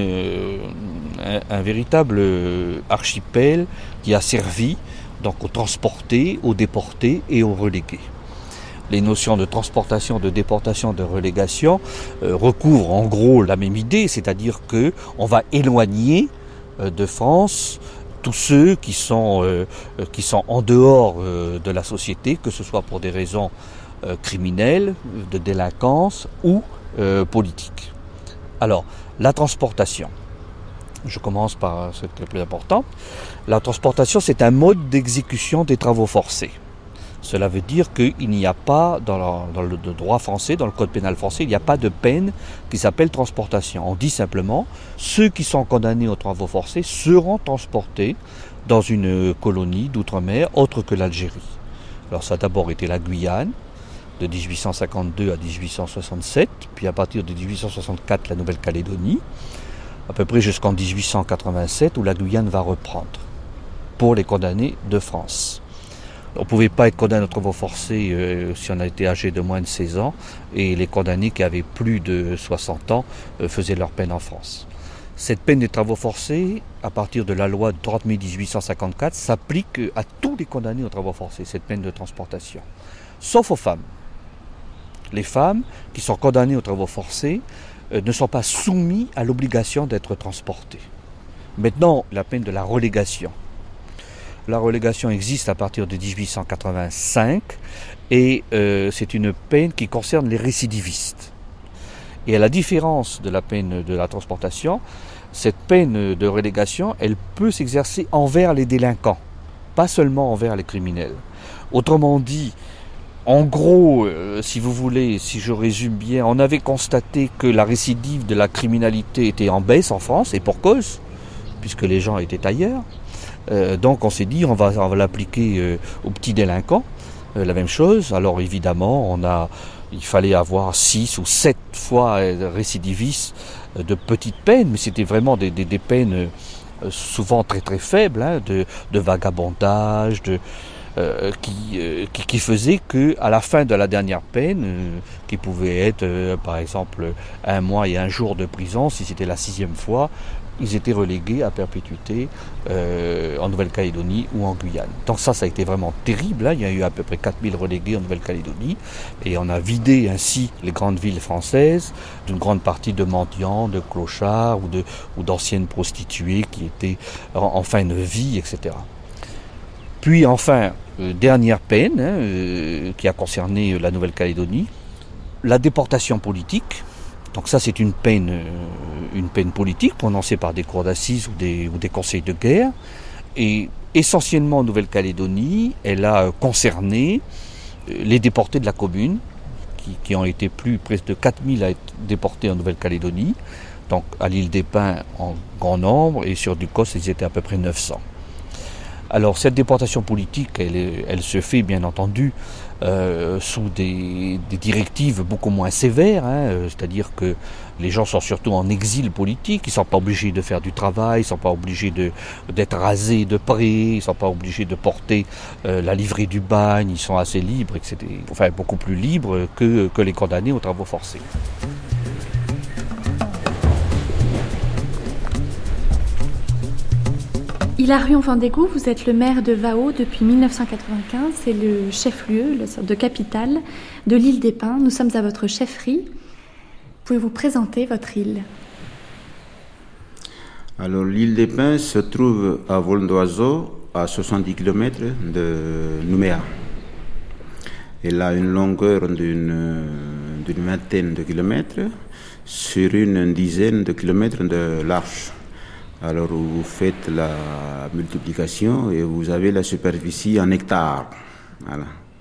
Speaker 5: un, un véritable archipel qui a servi donc, aux transportés, aux déportés et aux relégués. Les notions de transportation, de déportation, de relégation euh, recouvrent en gros la même idée, c'est-à-dire qu'on va éloigner euh, de France tous ceux qui sont, euh, qui sont en dehors euh, de la société, que ce soit pour des raisons euh, criminelles, de délinquance ou euh, politiques. Alors, la transportation. Je commence par ce qui est le plus important. La transportation, c'est un mode d'exécution des travaux forcés. Cela veut dire qu'il n'y a pas, dans, la, dans le droit français, dans le code pénal français, il n'y a pas de peine qui s'appelle transportation. On dit simplement, ceux qui sont condamnés aux travaux forcés seront transportés dans une colonie d'outre-mer autre que l'Algérie. Alors ça a d'abord été la Guyane, de dix-huit cent cinquante-deux à dix-huit cent soixante-sept, puis à partir de dix-huit cent soixante-quatre, la Nouvelle-Calédonie, à peu près jusqu'en dix-huit cent quatre-vingt-sept, où la Guyane va reprendre, pour les condamnés de France. On ne pouvait pas être condamné aux travaux forcés euh, si on a été âgé de moins de seize ans, et les condamnés qui avaient plus de soixante ans euh, faisaient leur peine en France. Cette peine des travaux forcés, à partir de la loi de trente mai dix-huit cent cinquante-quatre, s'applique à tous les condamnés aux travaux forcés, cette peine de transportation, sauf aux femmes. Les femmes qui sont condamnées aux travaux forcés euh, ne sont pas soumises à l'obligation d'être transportées. Maintenant, la peine de la relégation. La relégation existe à partir de dix-huit cent quatre-vingt-cinq et euh, c'est une peine qui concerne les récidivistes. Et à la différence de la peine de la transportation, cette peine de relégation, elle peut s'exercer envers les délinquants, pas seulement envers les criminels. Autrement dit, en gros, euh, si vous voulez, si je résume bien, on avait constaté que la récidive de la criminalité était en baisse en France, et pour cause, puisque les gens étaient ailleurs. Euh, donc on s'est dit, on va, on va l'appliquer euh, aux petits délinquants, euh, la même chose. Alors évidemment, on a, il fallait avoir six ou sept fois euh, récidivistes euh, de petites peines, mais c'était vraiment des, des, des peines euh, souvent très très faibles, hein, de, de vagabondage, de... Euh, qui, euh, qui, qui faisait qu'à la fin de la dernière peine, euh, qui pouvait être euh, par exemple un mois et un jour de prison, si c'était la sixième fois, ils étaient relégués à perpétuité euh, en Nouvelle-Calédonie ou en Guyane. Donc ça, ça a été vraiment terrible, hein. Il y a eu à peu près quatre mille relégués en Nouvelle-Calédonie et on a vidé ainsi les grandes villes françaises d'une grande partie de mendiants, de clochards ou, de, ou d'anciennes prostituées qui étaient en, en fin de vie, et cetera. puis enfin, euh, dernière peine hein, euh, qui a concerné la Nouvelle-Calédonie, la déportation politique. Donc ça c'est une peine, euh, une peine politique prononcée par des cours d'assises ou des, ou des conseils de guerre. Et essentiellement en Nouvelle-Calédonie, elle a concerné les déportés de la commune, qui, qui ont été plus près de quatre mille à être déportés en Nouvelle-Calédonie, donc à l'île des Pins en grand nombre, et sur Ducos, ils étaient à peu près neuf cents. Alors cette déportation politique, elle, elle se fait bien entendu euh, sous des, des directives beaucoup moins sévères, hein, euh, c'est-à-dire que les gens sont surtout en exil politique, ils ne sont pas obligés de faire du travail, ils ne sont pas obligés de, d'être rasés de près, ils ne sont pas obligés de porter euh, la livrée du bagne, ils sont assez libres, et cetera. Enfin beaucoup plus libres que, que les condamnés aux travaux forcés.
Speaker 1: Hilarion Vandégou, vous êtes le maire de Wao depuis mille neuf cent quatre-vingt-quinze, c'est le chef-lieu, la sorte de capitale de l'île des Pins. Nous sommes à votre chefferie. Pouvez-vous présenter votre île ?
Speaker 7: Alors l'île des Pins se trouve à vol d'oiseau, à soixante-dix kilomètres de Nouméa. Elle a une longueur d'une, d'une vingtaine de kilomètres sur une dizaine de kilomètres de large. Alors vous faites la multiplication et vous avez la superficie en hectares. Voilà.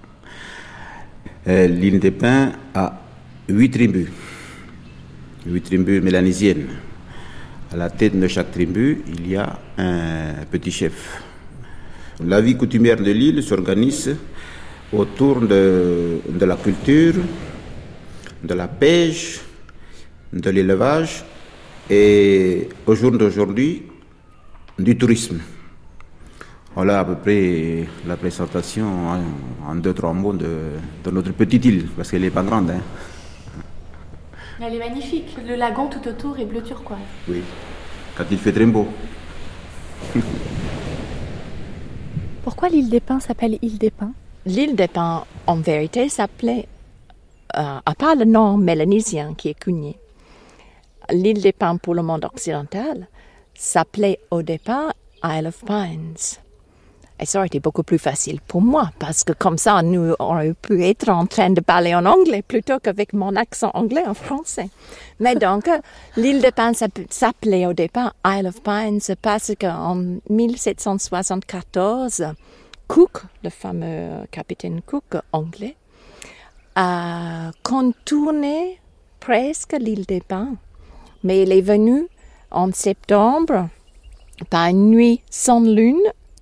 Speaker 7: Euh, l'île des Pins a huit tribus, huit tribus mélanésiennes. À la tête de chaque tribu, il y a un petit chef. La vie coutumière de l'île s'organise autour de, de la culture, de la pêche, de l'élevage, et au jour d'aujourd'hui, du tourisme. Voilà à peu près la présentation en, en deux, trois mots de, de notre petite île, parce qu'elle n'est pas grande. Hein.
Speaker 1: Elle est magnifique. Le lagon tout autour est bleu turquoise.
Speaker 7: Oui, quand il fait très beau.
Speaker 1: Pourquoi l'île des Pins s'appelle île des Pins ?
Speaker 8: L'île des Pins, en vérité, s'appelait, euh, à part le nom mélanésien qui est cugné, l'île des Pins pour le monde occidental s'appelait au départ Isle of Pines. Et ça aurait été beaucoup plus facile pour moi, parce que comme ça, nous aurions pu être en train de parler en anglais plutôt qu'avec mon accent anglais en français. Mais donc, l'île des Pins s'appelait au départ Isle of Pines parce qu'en mille sept cent soixante-quatorze, Cook, le fameux capitaine Cook anglais, a contourné presque l'île des Pins. Mais il est venu en septembre par une nuit sans lune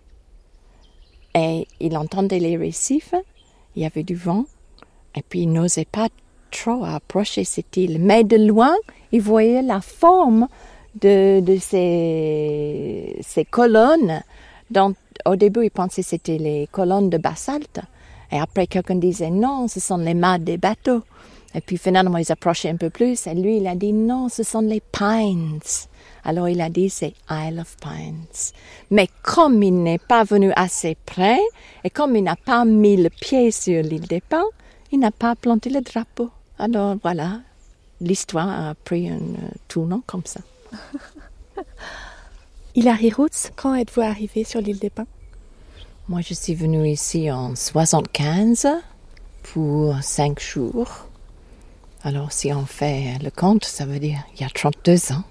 Speaker 8: et il entendait les récifs, il y avait du vent et puis il n'osait pas trop approcher cette île. Mais de loin, il voyait la forme de, de ces, ces colonnes dont au début il pensait que c'était les colonnes de basalte et après quelqu'un disait non, ce sont les mâts des bateaux. Et puis finalement, ils approchaient un peu plus. Et lui, il a dit non, ce sont les Pines. Alors il a dit c'est Isle of Pines. Mais comme il n'est pas venu assez près, et comme il n'a pas mis le pied sur l'île des Pins, il n'a pas planté le drapeau. Alors voilà, l'histoire a pris un tournant comme ça.
Speaker 1: Hilary Roots, quand êtes-vous arrivée sur l'île des Pins ?
Speaker 8: Moi, je suis venue ici en soixante-quinze pour cinq jours. Alors, si on fait le compte, ça veut dire il y a trente-deux ans.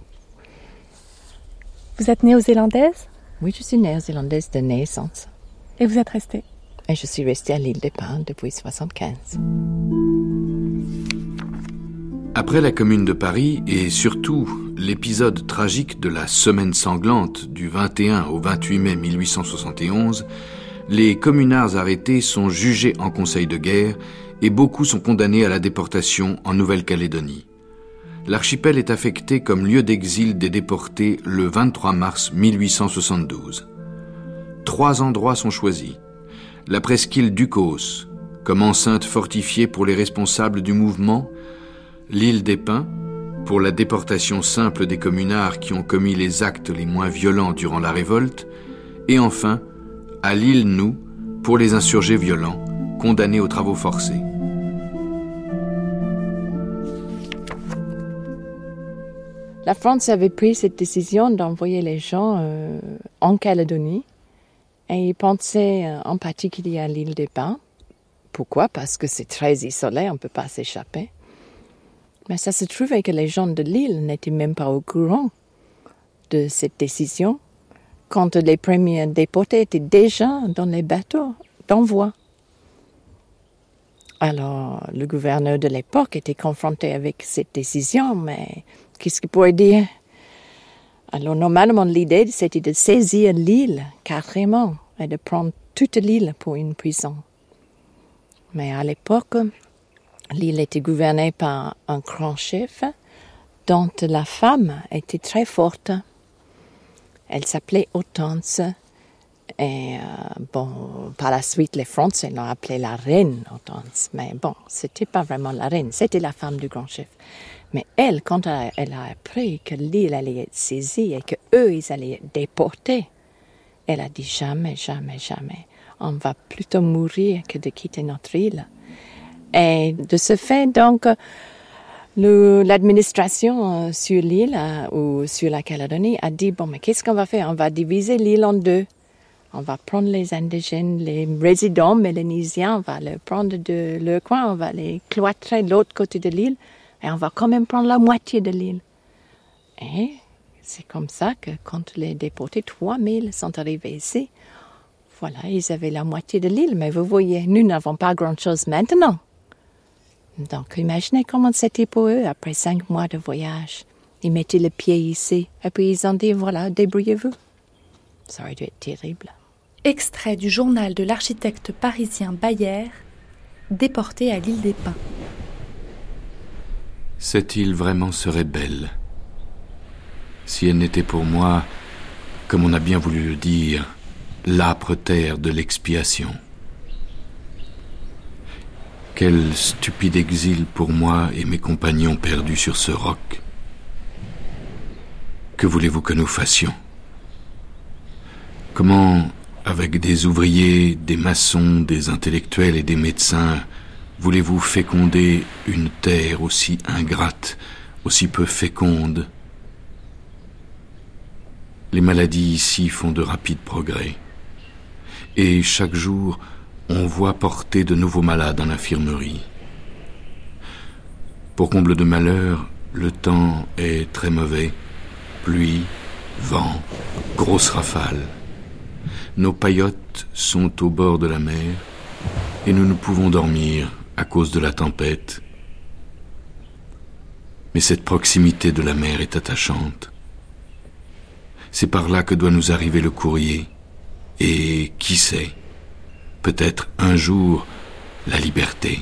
Speaker 1: Vous êtes néo-zélandaise ?
Speaker 8: Oui, je suis néo-zélandaise de naissance.
Speaker 1: Et vous êtes restée ?
Speaker 8: Et je suis restée à l'île des Pins depuis soixante-quinze.
Speaker 3: Après la Commune de Paris et surtout l'épisode tragique de la Semaine sanglante du vingt et un au vingt-huit mai mille huit cent soixante et onze, les communards arrêtés sont jugés en conseil de guerre et beaucoup sont condamnés à la déportation en Nouvelle-Calédonie. L'archipel est affecté comme lieu d'exil des déportés le vingt-trois mars mille huit cent soixante-douze. Trois endroits sont choisis. La presqu'île Ducos, comme enceinte fortifiée pour les responsables du mouvement, l'île des Pins, pour la déportation simple des communards qui ont commis les actes les moins violents durant la révolte, et enfin, à l'île Nou, pour les insurgés violents, condamnés aux travaux forcés.
Speaker 8: La France avait pris cette décision d'envoyer les gens euh, en Calédonie Et ils pensaient en particulier à l'île des Pins. Pourquoi? Parce que c'est très isolé, on ne peut pas s'échapper. Mais ça se trouvait que les gens de l'île n'étaient même pas au courant de cette décision, quand les premiers déportés étaient déjà dans les bateaux d'envoi. Alors, le gouverneur de l'époque était confronté avec cette décision, mais qu'est-ce qu'il pourrait dire? Alors, normalement, l'idée, c'était de saisir l'île, carrément, et de prendre toute l'île pour une prison. Mais à l'époque, l'île était gouvernée par un grand chef, dont la femme était très forte. Elle s'appelait Hortense. Et euh, bon, par la suite, les Français l'ont appelée la reine Hortense. Mais bon, c'était pas vraiment la reine, c'était la femme du grand chef. Mais elle, quand elle, elle a appris que l'île allait être saisie et qu'eux, ils allaient être déportés, elle a dit jamais, jamais, jamais. On va plutôt mourir que de quitter notre île. Et de ce fait, donc, le, l'administration euh, sur l'île euh, ou sur la Calédonie a dit, bon, mais qu'est-ce qu'on va faire? On va diviser l'île en deux. On va prendre les indigènes, les résidents mélanésiens, on va les prendre de leur coin, on va les cloîtrer de l'autre côté de l'île et on va quand même prendre la moitié de l'île. Et c'est comme ça que quand les déportés, trois mille, sont arrivés ici, voilà, ils avaient la moitié de l'île. Mais vous voyez, nous n'avons pas grand-chose maintenant. Donc imaginez comment c'était pour eux après cinq mois de voyage. Ils mettaient le pied ici et puis ils ont dit, voilà, débrouillez-vous. Ça aurait dû être terrible.
Speaker 1: Extrait du journal de l'architecte parisien Bayer, déporté à l'île des Pins.
Speaker 3: Cette île vraiment serait belle, si elle n'était pour moi, comme on a bien voulu le dire, l'âpre terre de l'expiation. Quel stupide exil pour moi et mes compagnons perdus sur ce roc. Que voulez-vous que nous fassions? Comment, avec des ouvriers, des maçons, des intellectuels et des médecins, voulez-vous féconder une terre aussi ingrate, aussi peu féconde? Les maladies ici font de rapides progrès. Et chaque jour, on voit porter de nouveaux malades en infirmerie. Pour comble de malheur, le temps est très mauvais. Pluie, vent, grosses rafales. Nos paillotes sont au bord de la mer et nous ne pouvons dormir à cause de la tempête. Mais cette proximité de la mer est attachante. C'est par là que doit nous arriver le courrier. Et qui sait, peut-être un jour, la liberté.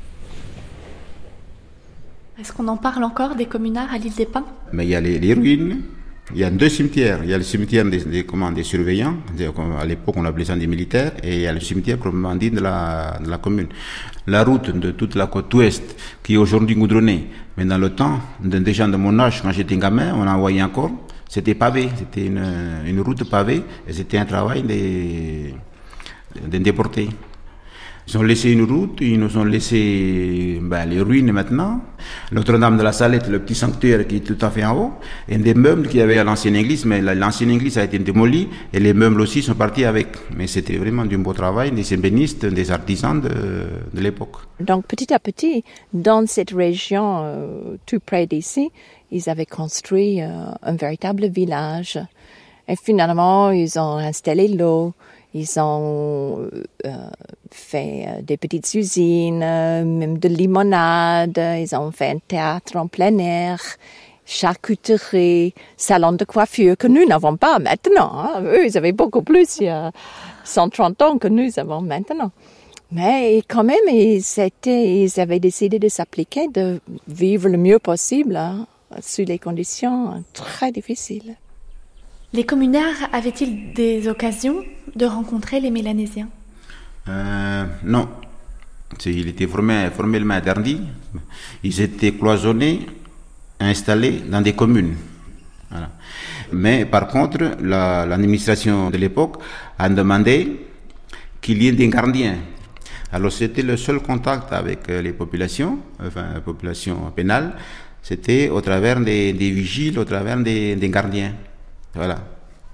Speaker 1: Est-ce qu'on en parle encore des communards à l'île des Pins?
Speaker 7: Mais il y a les, les ruines. Il y a deux cimetières. Il y a le cimetière des, des, comment, des surveillants, à l'époque on appelait ça des militaires, et il y a le cimetière proprement dit de la, de la commune. La route de toute la côte ouest, qui est aujourd'hui goudronnée, mais dans le temps, de, des gens de mon âge, quand j'étais gamin, on en voyait encore, c'était pavé, c'était une, une route pavée, et c'était un travail des, des déportés. Ils ont laissé une route, ils nous ont laissé ben, les ruines maintenant, Notre-Dame de la Salette, le petit sanctuaire qui est tout à fait en haut, et des meubles qu'il y avait à l'ancienne église, mais l'ancienne église a été démolie, et les meubles aussi sont partis avec. Mais c'était vraiment du beau travail des ébénistes, des artisans de, de l'époque.
Speaker 8: Donc petit à petit, dans cette région euh, tout près d'ici, ils avaient construit euh, un véritable village. Et finalement, ils ont installé l'eau. Ils ont euh, fait euh, des petites usines, euh, même de limonade. Ils ont fait un théâtre en plein air, charcuterie, salon de coiffure que nous n'avons pas maintenant. Hein. Eux, ils avaient beaucoup plus il y a cent trente ans que nous avons maintenant. Mais quand même, ils, étaient, ils avaient décidé de s'appliquer, de vivre le mieux possible hein, sous des conditions très difficiles.
Speaker 1: Les communards avaient-ils des occasions de rencontrer les Mélanésiens?
Speaker 7: euh, Non. Ils étaient formellement interdits. Ils étaient cloisonnés, installés dans des communes. Voilà. Mais par contre, la, l'administration de l'époque a demandé qu'il y ait des gardiens. Alors c'était le seul contact avec les populations, enfin la population pénale, c'était au travers des, des vigiles, au travers des, des gardiens. Voilà.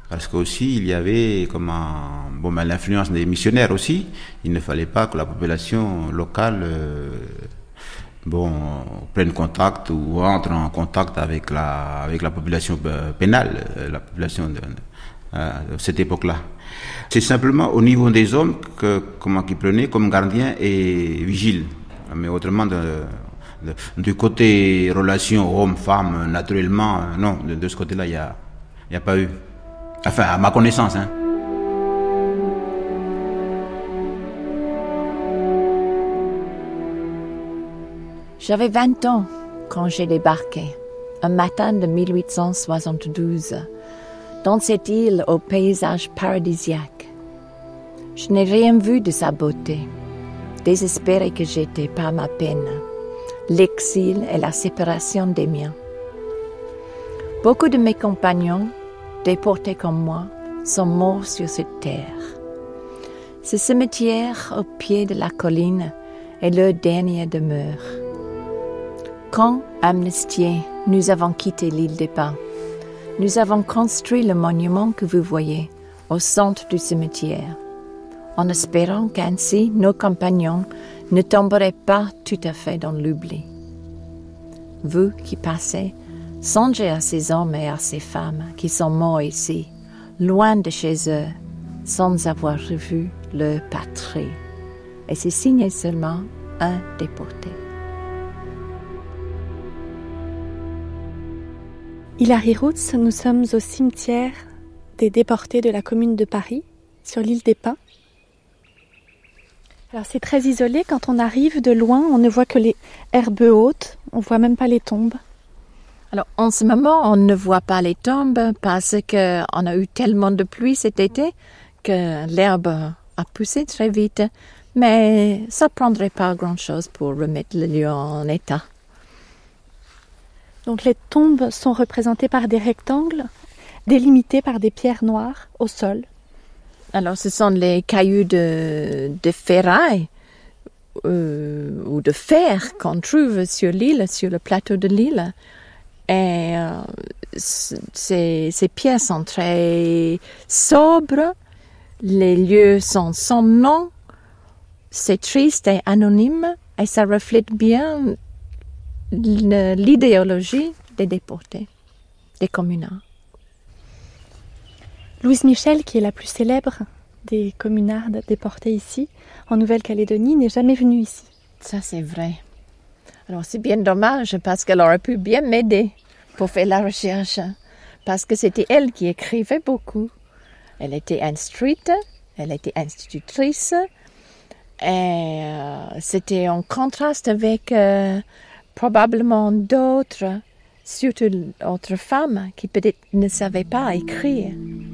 Speaker 7: Parce qu'aussi, il y avait comment, bon, ben, l'influence des missionnaires aussi. Il ne fallait pas que la population locale euh, bon, prenne contact ou entre en contact avec la, avec la population pénale, la population de, euh, de cette époque-là. C'est simplement au niveau des hommes que, comment, qu'ils prenaient comme gardiens et vigiles. Mais autrement, de, de, du côté relation homme-femme, naturellement, non, de, de ce côté-là, il n'y a, il n'y a pas eu. Enfin, à ma connaissance, hein.
Speaker 8: J'avais vingt ans quand j'ai débarqué, un matin de mille huit cent soixante-douze, dans cette île au paysage paradisiaque. Je n'ai rien vu de sa beauté, désespérée que j'étais par ma peine, l'exil et la séparation des miens. Beaucoup de mes compagnons, déportés comme moi, sont morts sur cette terre. Ce cimetière au pied de la colline est leur dernière demeure. Quand, amnistiés, nous avons quitté l'île des Pins, nous avons construit le monument que vous voyez au centre du cimetière, en espérant qu'ainsi nos compagnons ne tomberaient pas tout à fait dans l'oubli. Vous qui passez, songez à ces hommes et à ces femmes qui sont morts ici, loin de chez eux, sans avoir revu leur patrie. Et c'est signé seulement un déporté.
Speaker 1: Hilary Roots, nous sommes au cimetière des déportés de la commune de Paris, sur l'île des Pins. Alors c'est très isolé, quand on arrive de loin, on ne voit que les herbes hautes, on ne voit même pas les tombes.
Speaker 8: Alors en ce moment, on ne voit pas les tombes parce qu'on a eu tellement de pluie cet été que l'herbe a poussé très vite, mais ça ne prendrait pas grand-chose pour remettre le lieu en état.
Speaker 1: Donc les tombes sont représentées par des rectangles, délimités par des pierres noires au sol.
Speaker 8: Alors ce sont les cailloux de, de ferraille euh, ou de fer qu'on trouve sur l'île, sur le plateau de l'île. Et euh, ces, ces pierres sont très sobres, les lieux sont sans nom, c'est triste et anonyme et ça reflète bien l'idéologie des déportés, des communards.
Speaker 1: Louise Michel, qui est la plus célèbre des communardes déportés ici, en Nouvelle-Calédonie, n'est jamais venue ici.
Speaker 8: Ça, c'est vrai. Alors, c'est bien dommage parce qu'elle aurait pu bien m'aider pour faire la recherche. Parce que c'était elle qui écrivait beaucoup. Elle était instruite, elle était institutrice. Et euh, c'était en contraste avec euh, probablement d'autres, surtout d'autres femmes qui peut-être ne savaient pas écrire.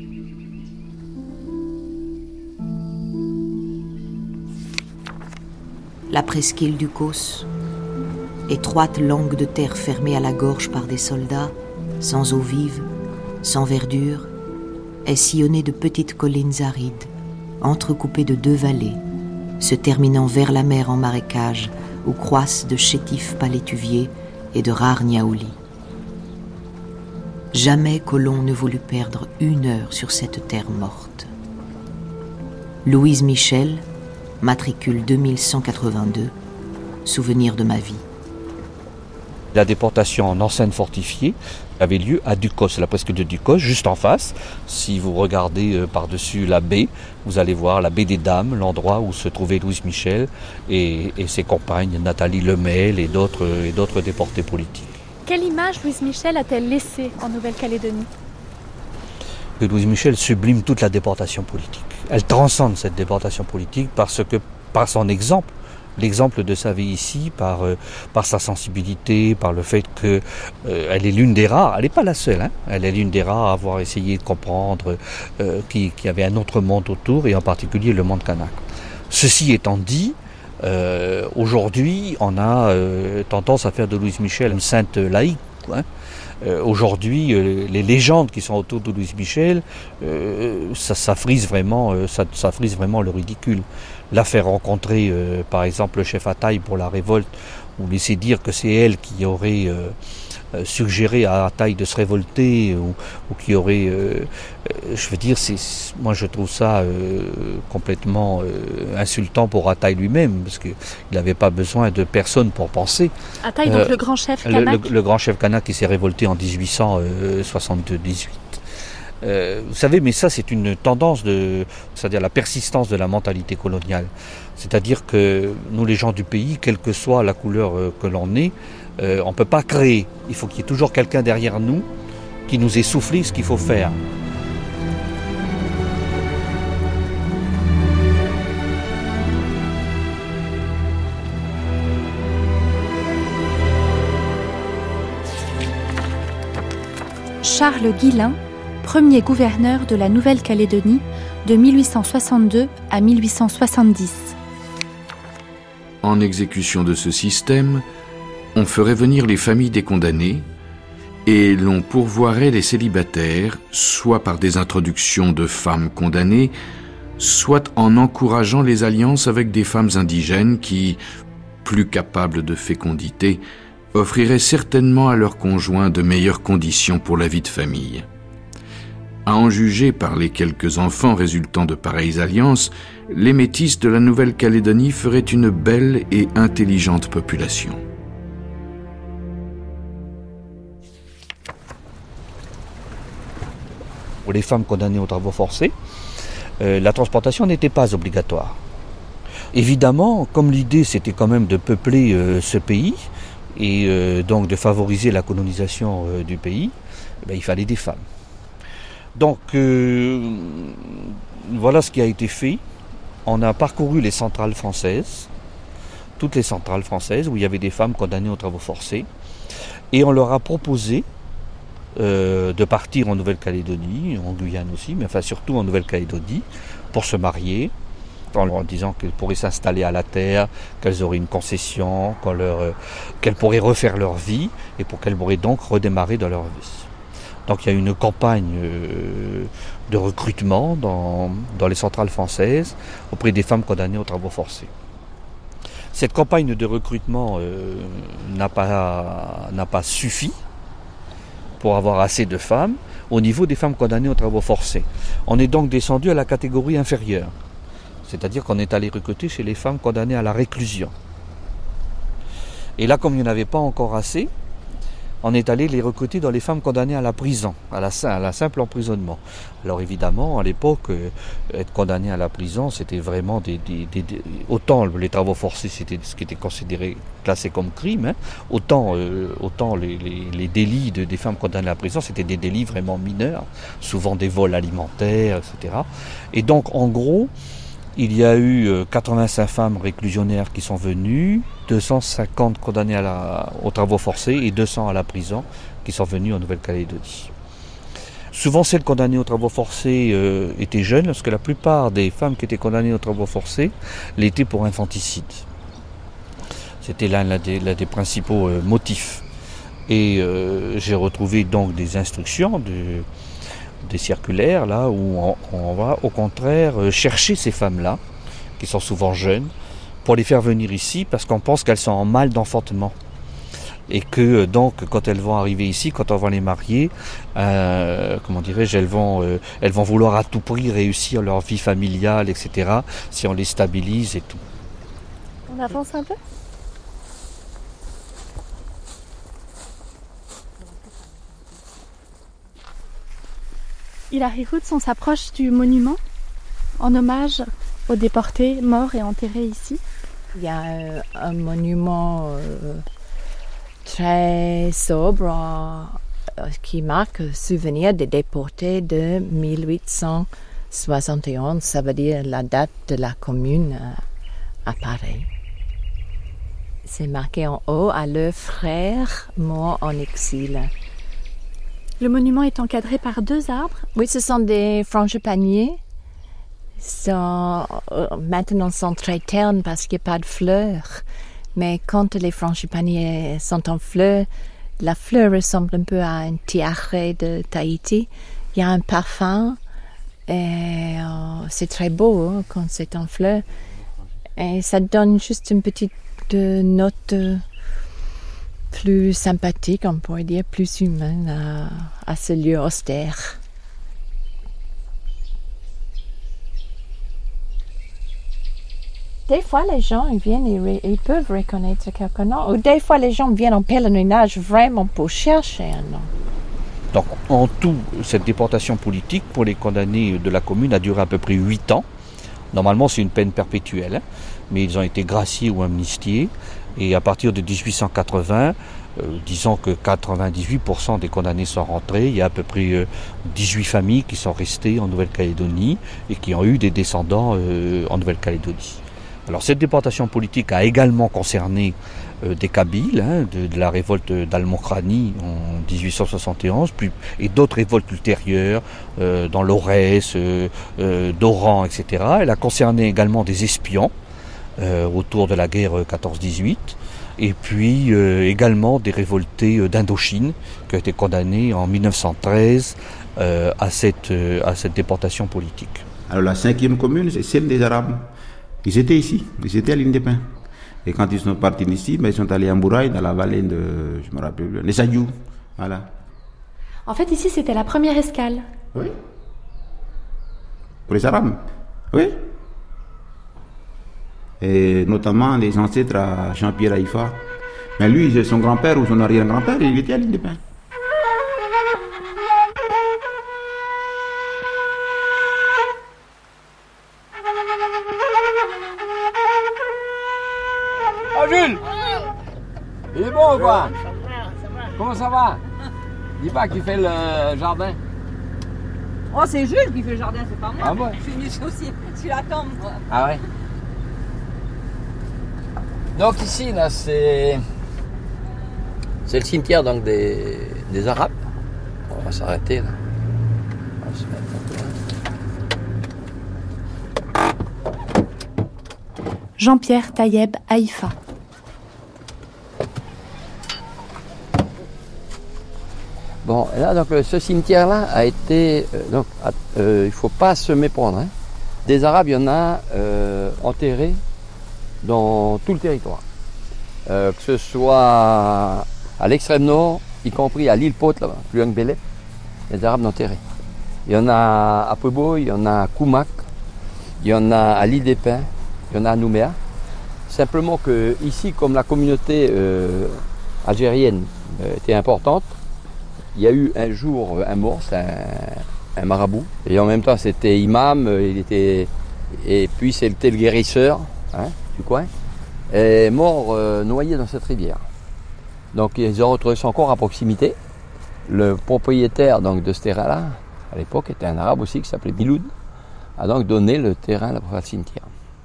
Speaker 6: La presqu'île du Causse, étroite langue de terre fermée à la gorge par des soldats, sans eau vive, sans verdure, est sillonnée de petites collines arides, entrecoupées de deux vallées, se terminant vers la mer en marécage, où croissent de chétifs palétuviers et de rares niaoulis. Jamais Colomb ne voulut perdre une heure sur cette terre morte. Louise Michel, matricule deux mille cent quatre-vingt-deux, souvenir de ma vie.
Speaker 5: La déportation en enceinte fortifiée avait lieu à Ducos, la presqu'île de Ducos, juste en face. Si vous regardez euh, par-dessus la baie, vous allez voir la baie des Dames, l'endroit où se trouvait Louise Michel et, et ses compagnes, Nathalie Lemel et d'autres, et d'autres déportés politiques.
Speaker 1: Quelle image Louise Michel a-t-elle laissée en Nouvelle-Calédonie ?
Speaker 5: Que Louise Michel sublime toute la déportation politique. Elle transcende cette déportation politique parce que, par son exemple, l'exemple de sa vie ici, par, euh, par sa sensibilité, par le fait qu'elle euh, est l'une des rares, elle n'est pas la seule, hein, elle est l'une des rares à avoir essayé de comprendre euh, qu'il y avait un autre monde autour, et en particulier le monde kanak. Ceci étant dit, euh, aujourd'hui, on a euh, tendance à faire de Louise Michel une sainte laïque, hein. Euh, aujourd'hui, euh, les légendes qui sont autour de Louise Michel, euh, ça, ça, frise vraiment, euh, ça, ça frise vraiment le ridicule. La faire rencontrer, euh, par exemple, le chef Ataï pour la révolte, ou laisser dire que c'est elle qui aurait euh, suggéré à Ataï de se révolter, ou, ou qui aurait... Euh, euh, je veux dire, c'est, moi je trouve ça euh, complètement euh, insultant pour Ataï lui-même, parce qu'il n'avait pas besoin de personne pour penser.
Speaker 1: Ataï, donc euh, le grand chef kanak
Speaker 5: le, le, le grand chef kanak qui s'est révolté en dix-huit cent soixante-dix-huit. Euh, vous savez, mais ça c'est une tendance, de, c'est-à-dire la persistance de la mentalité coloniale. C'est-à-dire que nous les gens du pays, quelle que soit la couleur euh, que l'on est, euh, on ne peut pas créer. Il faut qu'il y ait toujours quelqu'un derrière nous qui nous ait soufflé ce qu'il faut faire.
Speaker 1: Charles Guillain, premier gouverneur de la Nouvelle-Calédonie de mille huit cent soixante-deux à mille huit cent soixante-dix.
Speaker 3: En exécution de ce système, on ferait venir les familles des condamnés et l'on pourvoirait les célibataires, soit par des introductions de femmes condamnées, soit en encourageant les alliances avec des femmes indigènes qui, plus capables de fécondité, offriraient certainement à leurs conjoints de meilleures conditions pour la vie de famille. À en juger par les quelques enfants résultant de pareilles alliances, les métis de la Nouvelle-Calédonie feraient une belle et intelligente population.
Speaker 5: Pour les femmes condamnées aux travaux forcés, euh, la transportation n'était pas obligatoire. Évidemment, comme l'idée c'était quand même de peupler euh, ce pays, et euh, donc de favoriser la colonisation euh, du pays, eh bien, il fallait des femmes. Donc euh, voilà ce qui a été fait. On a parcouru les centrales françaises, toutes les centrales françaises où il y avait des femmes condamnées aux travaux forcés, et on leur a proposé euh, de partir en Nouvelle-Calédonie, en Guyane aussi, mais enfin surtout en Nouvelle-Calédonie, pour se marier, en leur disant qu'elles pourraient s'installer à la terre, qu'elles auraient une concession, qu'on leur, euh, qu'elles pourraient refaire leur vie, et pour qu'elles pourraient donc redémarrer dans leur vie. Donc il y a eu une campagne euh, de recrutement dans, dans les centrales françaises auprès des femmes condamnées aux travaux forcés. Cette campagne de recrutement euh, n'a pas, n'a pas suffi pour avoir assez de femmes au niveau des femmes condamnées aux travaux forcés. On est donc descendu à la catégorie inférieure. C'est-à-dire qu'on est allé recruter chez les femmes condamnées à la réclusion. Et là, comme il n'y en avait pas encore assez, on est allé les recruter dans les femmes condamnées à la prison, à la, à la simple emprisonnement. Alors évidemment, à l'époque, euh, être condamné à la prison, c'était vraiment des, des, des, des... Autant les travaux forcés, c'était ce qui était considéré, classé comme crime, hein, autant, euh, autant les, les, les délits de, des femmes condamnées à la prison, c'était des délits vraiment mineurs, souvent des vols alimentaires, et cetera. Et donc, en gros, il y a eu quatre-vingt-cinq femmes réclusionnaires qui sont venues, deux cent cinquante condamnées à la, aux travaux forcés et deux cents à la prison qui sont venues en Nouvelle-Calédonie. Souvent, celles condamnées aux travaux forcés euh, étaient jeunes, parce que la plupart des femmes qui étaient condamnées aux travaux forcés l'étaient pour infanticide. C'était l'un, l'un, des, l'un des principaux euh, motifs. Et euh, j'ai retrouvé donc des instructions de... des circulaires là où on, on va au contraire chercher ces femmes-là, qui sont souvent jeunes, pour les faire venir ici parce qu'on pense qu'elles sont en mal d'enfantement. Et que donc quand elles vont arriver ici, quand on va les marier, euh, comment dirais-je, elles vont, euh, elles vont vouloir à tout prix réussir leur vie familiale, et cetera, si on les stabilise et tout.
Speaker 1: On avance un peu ? Hilary Roots, on s'approche du monument en hommage aux déportés morts et enterrés ici.
Speaker 8: Il y a euh, un monument euh, très sobre euh, qui marque le souvenir des déportés de mille huit cent soixante et onze. Ça veut dire la date de la commune euh, à Paris. C'est marqué en haut à leurs frères morts en exil.
Speaker 1: Le monument est encadré par deux arbres.
Speaker 8: Oui, ce sont des frangipaniers. Sont, euh, maintenant, sont très ternes parce qu'il n'y a pas de fleurs. Mais quand les frangipaniers sont en fleurs, La fleur ressemble un peu à un tiare de Tahiti. Il y a un parfum et euh, c'est très beau hein, quand c'est en fleur. Et ça donne juste une petite euh, note euh, plus sympathique, on pourrait dire, plus humaine à, à ce lieu austère. Des fois, les gens ils viennent et re- ils peuvent reconnaître quelqu'un, non? Ou des fois, les gens viennent en pèlerinage vraiment pour chercher un nom.
Speaker 5: Donc, en tout, cette déportation politique pour les condamnés de la commune a duré à peu près huit ans. Normalement, c'est une peine perpétuelle, hein, mais ils ont été graciés ou amnistiés. Et à partir de dix-huit cent quatre-vingts, euh, disons que quatre-vingt-dix-huit pour cent des condamnés sont rentrés. Il y a à peu près euh, dix-huit familles qui sont restées en Nouvelle-Calédonie et qui ont eu des descendants euh, en Nouvelle-Calédonie. Alors cette déportation politique a également concerné euh, des Kabyles, hein, de, de la révolte d'Al-Mokrani en dix-huit cent soixante et onze, puis, et d'autres révoltes ultérieures euh, dans l'Aurès, euh, euh, d'Oran, et cetera. Elle a concerné également des espions euh, autour de la guerre quatorze dix-huit, et puis euh, également des révoltés euh, d'Indochine qui ont été condamnés en mille neuf cent treize euh, à, cette, euh, à cette déportation politique.
Speaker 7: Alors la cinquième commune, c'est celle des Arabes. Ils étaient ici, ils étaient à l'île des Pins. Et quand ils sont partis d'ici, ben, ils sont allés à Mouraï, dans la vallée de, je me rappelle plus, les Sadiou. Voilà.
Speaker 1: En fait, ici, c'était la première escale.
Speaker 7: Oui. Pour les Arabes. Oui. Et notamment les ancêtres à Jean-Pierre Haïfa. Mais lui, son grand-père ou son arrière-grand-père, il était à l'île des Pins.
Speaker 9: Ah Jules, il est bon ou quoi? Comment ça va? Dis pas qui fait le jardin.
Speaker 10: Oh, c'est Jules qui fait le jardin, c'est pas moi.
Speaker 9: Ah ouais?
Speaker 10: Je suis venue aussi sur la tombe.
Speaker 9: Ah ouais? Donc ici, là, c'est... C'est le cimetière donc, des... des Arabes. On va s'arrêter là. On va se mettre un peu.
Speaker 1: Jean-Pierre Tayeb Haïfa.
Speaker 9: Bon, là, donc, ce cimetière-là a été... Euh, donc, euh, il ne faut pas se méprendre. Hein. Des Arabes, il y en a euh, enterrés dans tout le territoire. Euh, que ce soit à l'extrême nord, y compris à l'île Pote, là, plus loin que Bélep, il y a des Arabes enterrés. Il y en a à Pebo, il y en a à Koumak, il y en a à l'île des Pins, il y en a à Nouméa. Simplement que ici, comme la communauté euh, algérienne euh, était importante, il y a eu un jour un mort, c'est un, un marabout. Et en même temps, c'était imam, il était, et puis c'était le guérisseur hein, du coin, est mort euh, noyé dans cette rivière. Donc ils ont retrouvé son corps à proximité. Le propriétaire donc, de ce terrain-là, à l'époque, était un arabe aussi qui s'appelait Biloud, a donc donné le terrain là, pour faire le cimetière.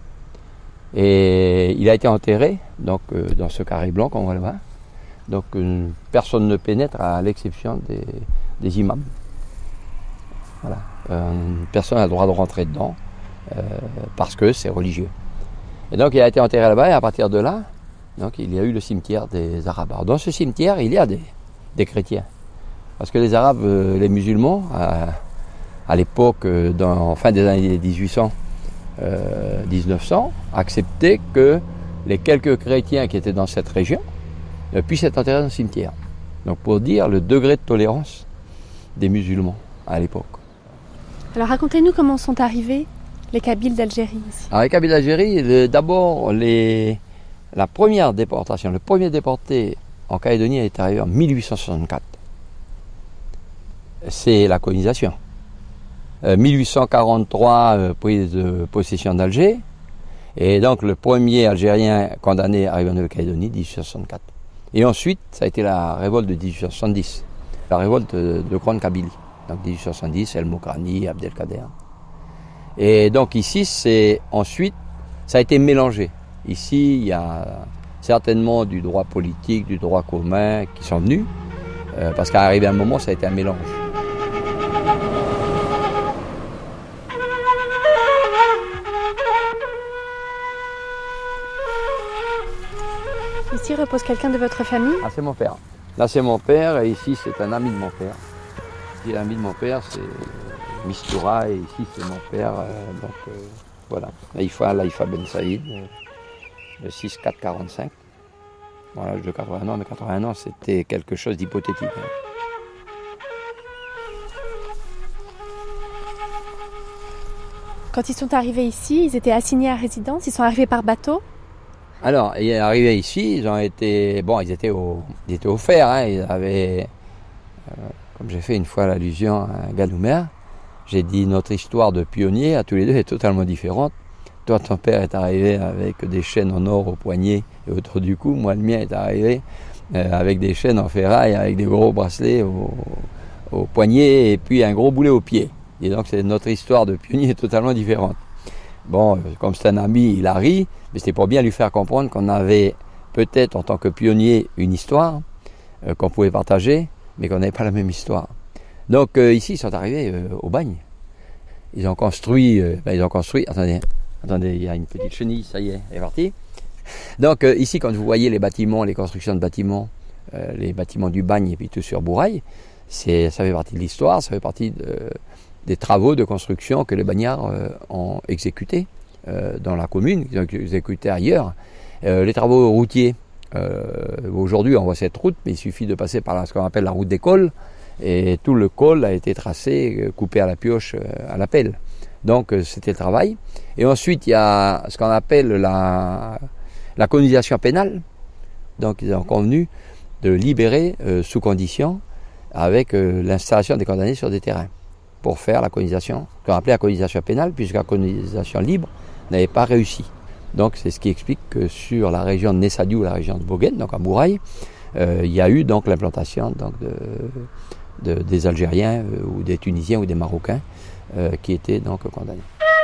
Speaker 9: Et il a été enterré donc, euh, dans ce carré blanc qu'on voit là-bas. Donc euh, personne ne pénètre à l'exception des, des imams. Voilà. Euh, personne n'a le droit de rentrer dedans euh, parce que c'est religieux. Et donc il a été enterré là-bas et à partir de là, donc, il y a eu le cimetière des Arabes. Alors, dans ce cimetière, il y a des, des chrétiens. Parce que les Arabes, euh, les musulmans, à, à l'époque, euh, dans, en fin des années dix-huit cents, euh, dix-neuf cents, acceptaient que les quelques chrétiens qui étaient dans cette région euh, puissent être enterrés dans le cimetière. Donc pour dire le degré de tolérance des musulmans à l'époque.
Speaker 1: Alors racontez-nous comment sont arrivés les Kabyles d'Algérie ici.
Speaker 9: Alors les Kabyles d'Algérie, le, d'abord les, la première déportation, le premier déporté en Calédonie est arrivé en mille huit cent soixante-quatre. C'est la colonisation. Euh, mille huit cent quarante-trois, euh, prise de possession d'Alger. Et donc le premier Algérien condamné arrivé en Nouvelle-Calédonie, dix-huit cent soixante-quatre. Et ensuite, ça a été la révolte de dix-huit cent soixante-dix, la révolte de, de Grande Kabylie. Donc dix-huit cent soixante-dix, El Mokrani, Abdelkader. Et donc ici, c'est ensuite, ça a été mélangé. Ici, il y a certainement du droit politique, du droit commun qui sont venus, euh, parce qu'à arriver à un moment, ça a été un mélange.
Speaker 1: Ici repose quelqu'un de votre famille?
Speaker 9: Ah, c'est mon père. Là, c'est mon père et ici, c'est un ami de mon père. Et l'ami de mon père, c'est Mistura et ici, c'est mon père. Euh, donc, euh, voilà. Laïfa, Laïfa Ben Saïd, euh, le six quatre quarante-cinq. Bon, à l'âge de quatre-vingts ans, mais quatre-vingts ans, c'était quelque chose d'hypothétique. Hein.
Speaker 1: Quand ils sont arrivés ici, ils étaient assignés à résidence, ils sont arrivés par bateau?
Speaker 9: Alors, ils sont arrivés ici, ils ont été, bon, ils étaient au, ils étaient offerts, hein, ils avaient, euh, comme j'ai fait une fois l'allusion à Galoumer, j'ai dit notre histoire de pionnier à tous les deux est totalement différente. Toi, ton père est arrivé avec des chaînes en or au poignet et autour du cou. Moi, le mien est arrivé euh, avec des chaînes en ferraille, avec des gros bracelets au, au poignet et puis un gros boulet au pied. Et donc, c'est notre histoire de pionnier totalement différente. Bon, comme c'est un ami, il a ri, mais c'était pour bien lui faire comprendre qu'on avait peut-être en tant que pionnier une histoire euh, qu'on pouvait partager, mais qu'on n'avait pas la même histoire. Donc euh, ici, ils sont arrivés euh, au bagne. Ils ont construit, euh, ben, ils ont construit. Attendez, attendez, il y a une petite chenille, ça y est, elle est partie. Donc euh, ici, quand vous voyez les bâtiments, les constructions de bâtiments, euh, les bâtiments du bagne et puis tout sur Bourail, c'est, ça fait partie de l'histoire, ça fait partie de, des travaux de construction que les bagnards euh, ont exécutés euh, dans la commune, qu'ils ont exécutés ailleurs. Euh, les travaux routiers, euh, aujourd'hui on voit cette route, mais il suffit de passer par ce qu'on appelle la route des cols, et tout le col a été tracé, coupé à la pioche, à la pelle. Donc c'était le travail. Et ensuite il y a ce qu'on appelle la, la colonisation pénale. Donc ils ont convenu de libérer euh, sous condition avec euh, l'installation des condamnés sur des terrains pour faire la colonisation, qu'on appelait la colonisation pénale, puisque la colonisation libre n'avait pas réussi. Donc c'est ce qui explique que sur la région de Nessadiou, la région de Boguène, donc à Bourail, euh, il y a eu donc l'implantation donc, de, de, des Algériens euh, ou des Tunisiens ou des Marocains euh, qui étaient donc condamnés.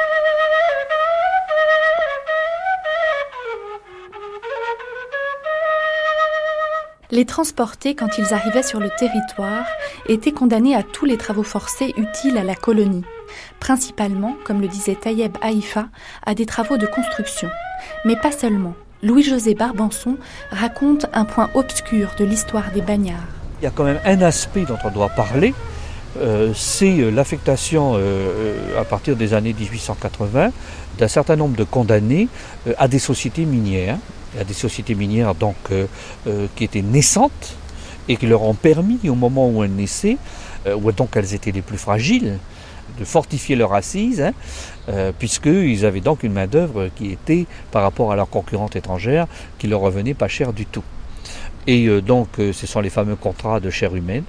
Speaker 1: Les transportés, quand ils arrivaient sur le territoire, étaient condamnés à tous les travaux forcés utiles à la colonie, principalement, comme le disait Tayeb Haïfa, à des travaux de construction. Mais pas seulement. Louis-José Barbançon raconte un point obscur de l'histoire des bagnards.
Speaker 5: Il y a quand même un aspect dont on doit parler, euh, c'est l'affectation euh, à partir des années dix-huit cent quatre-vingts d'un certain nombre de condamnés euh, à des sociétés minières. Il y a des sociétés minières donc, euh, euh, qui étaient naissantes et qui leur ont permis, au moment où elles naissaient, euh, où donc elles étaient les plus fragiles, de fortifier leur assise, hein, euh, puisqu'ils avaient donc une main-d'œuvre qui était, par rapport à leurs concurrentes étrangères, qui leur revenait pas cher du tout. Et euh, donc, euh, ce sont les fameux contrats de chair humaine,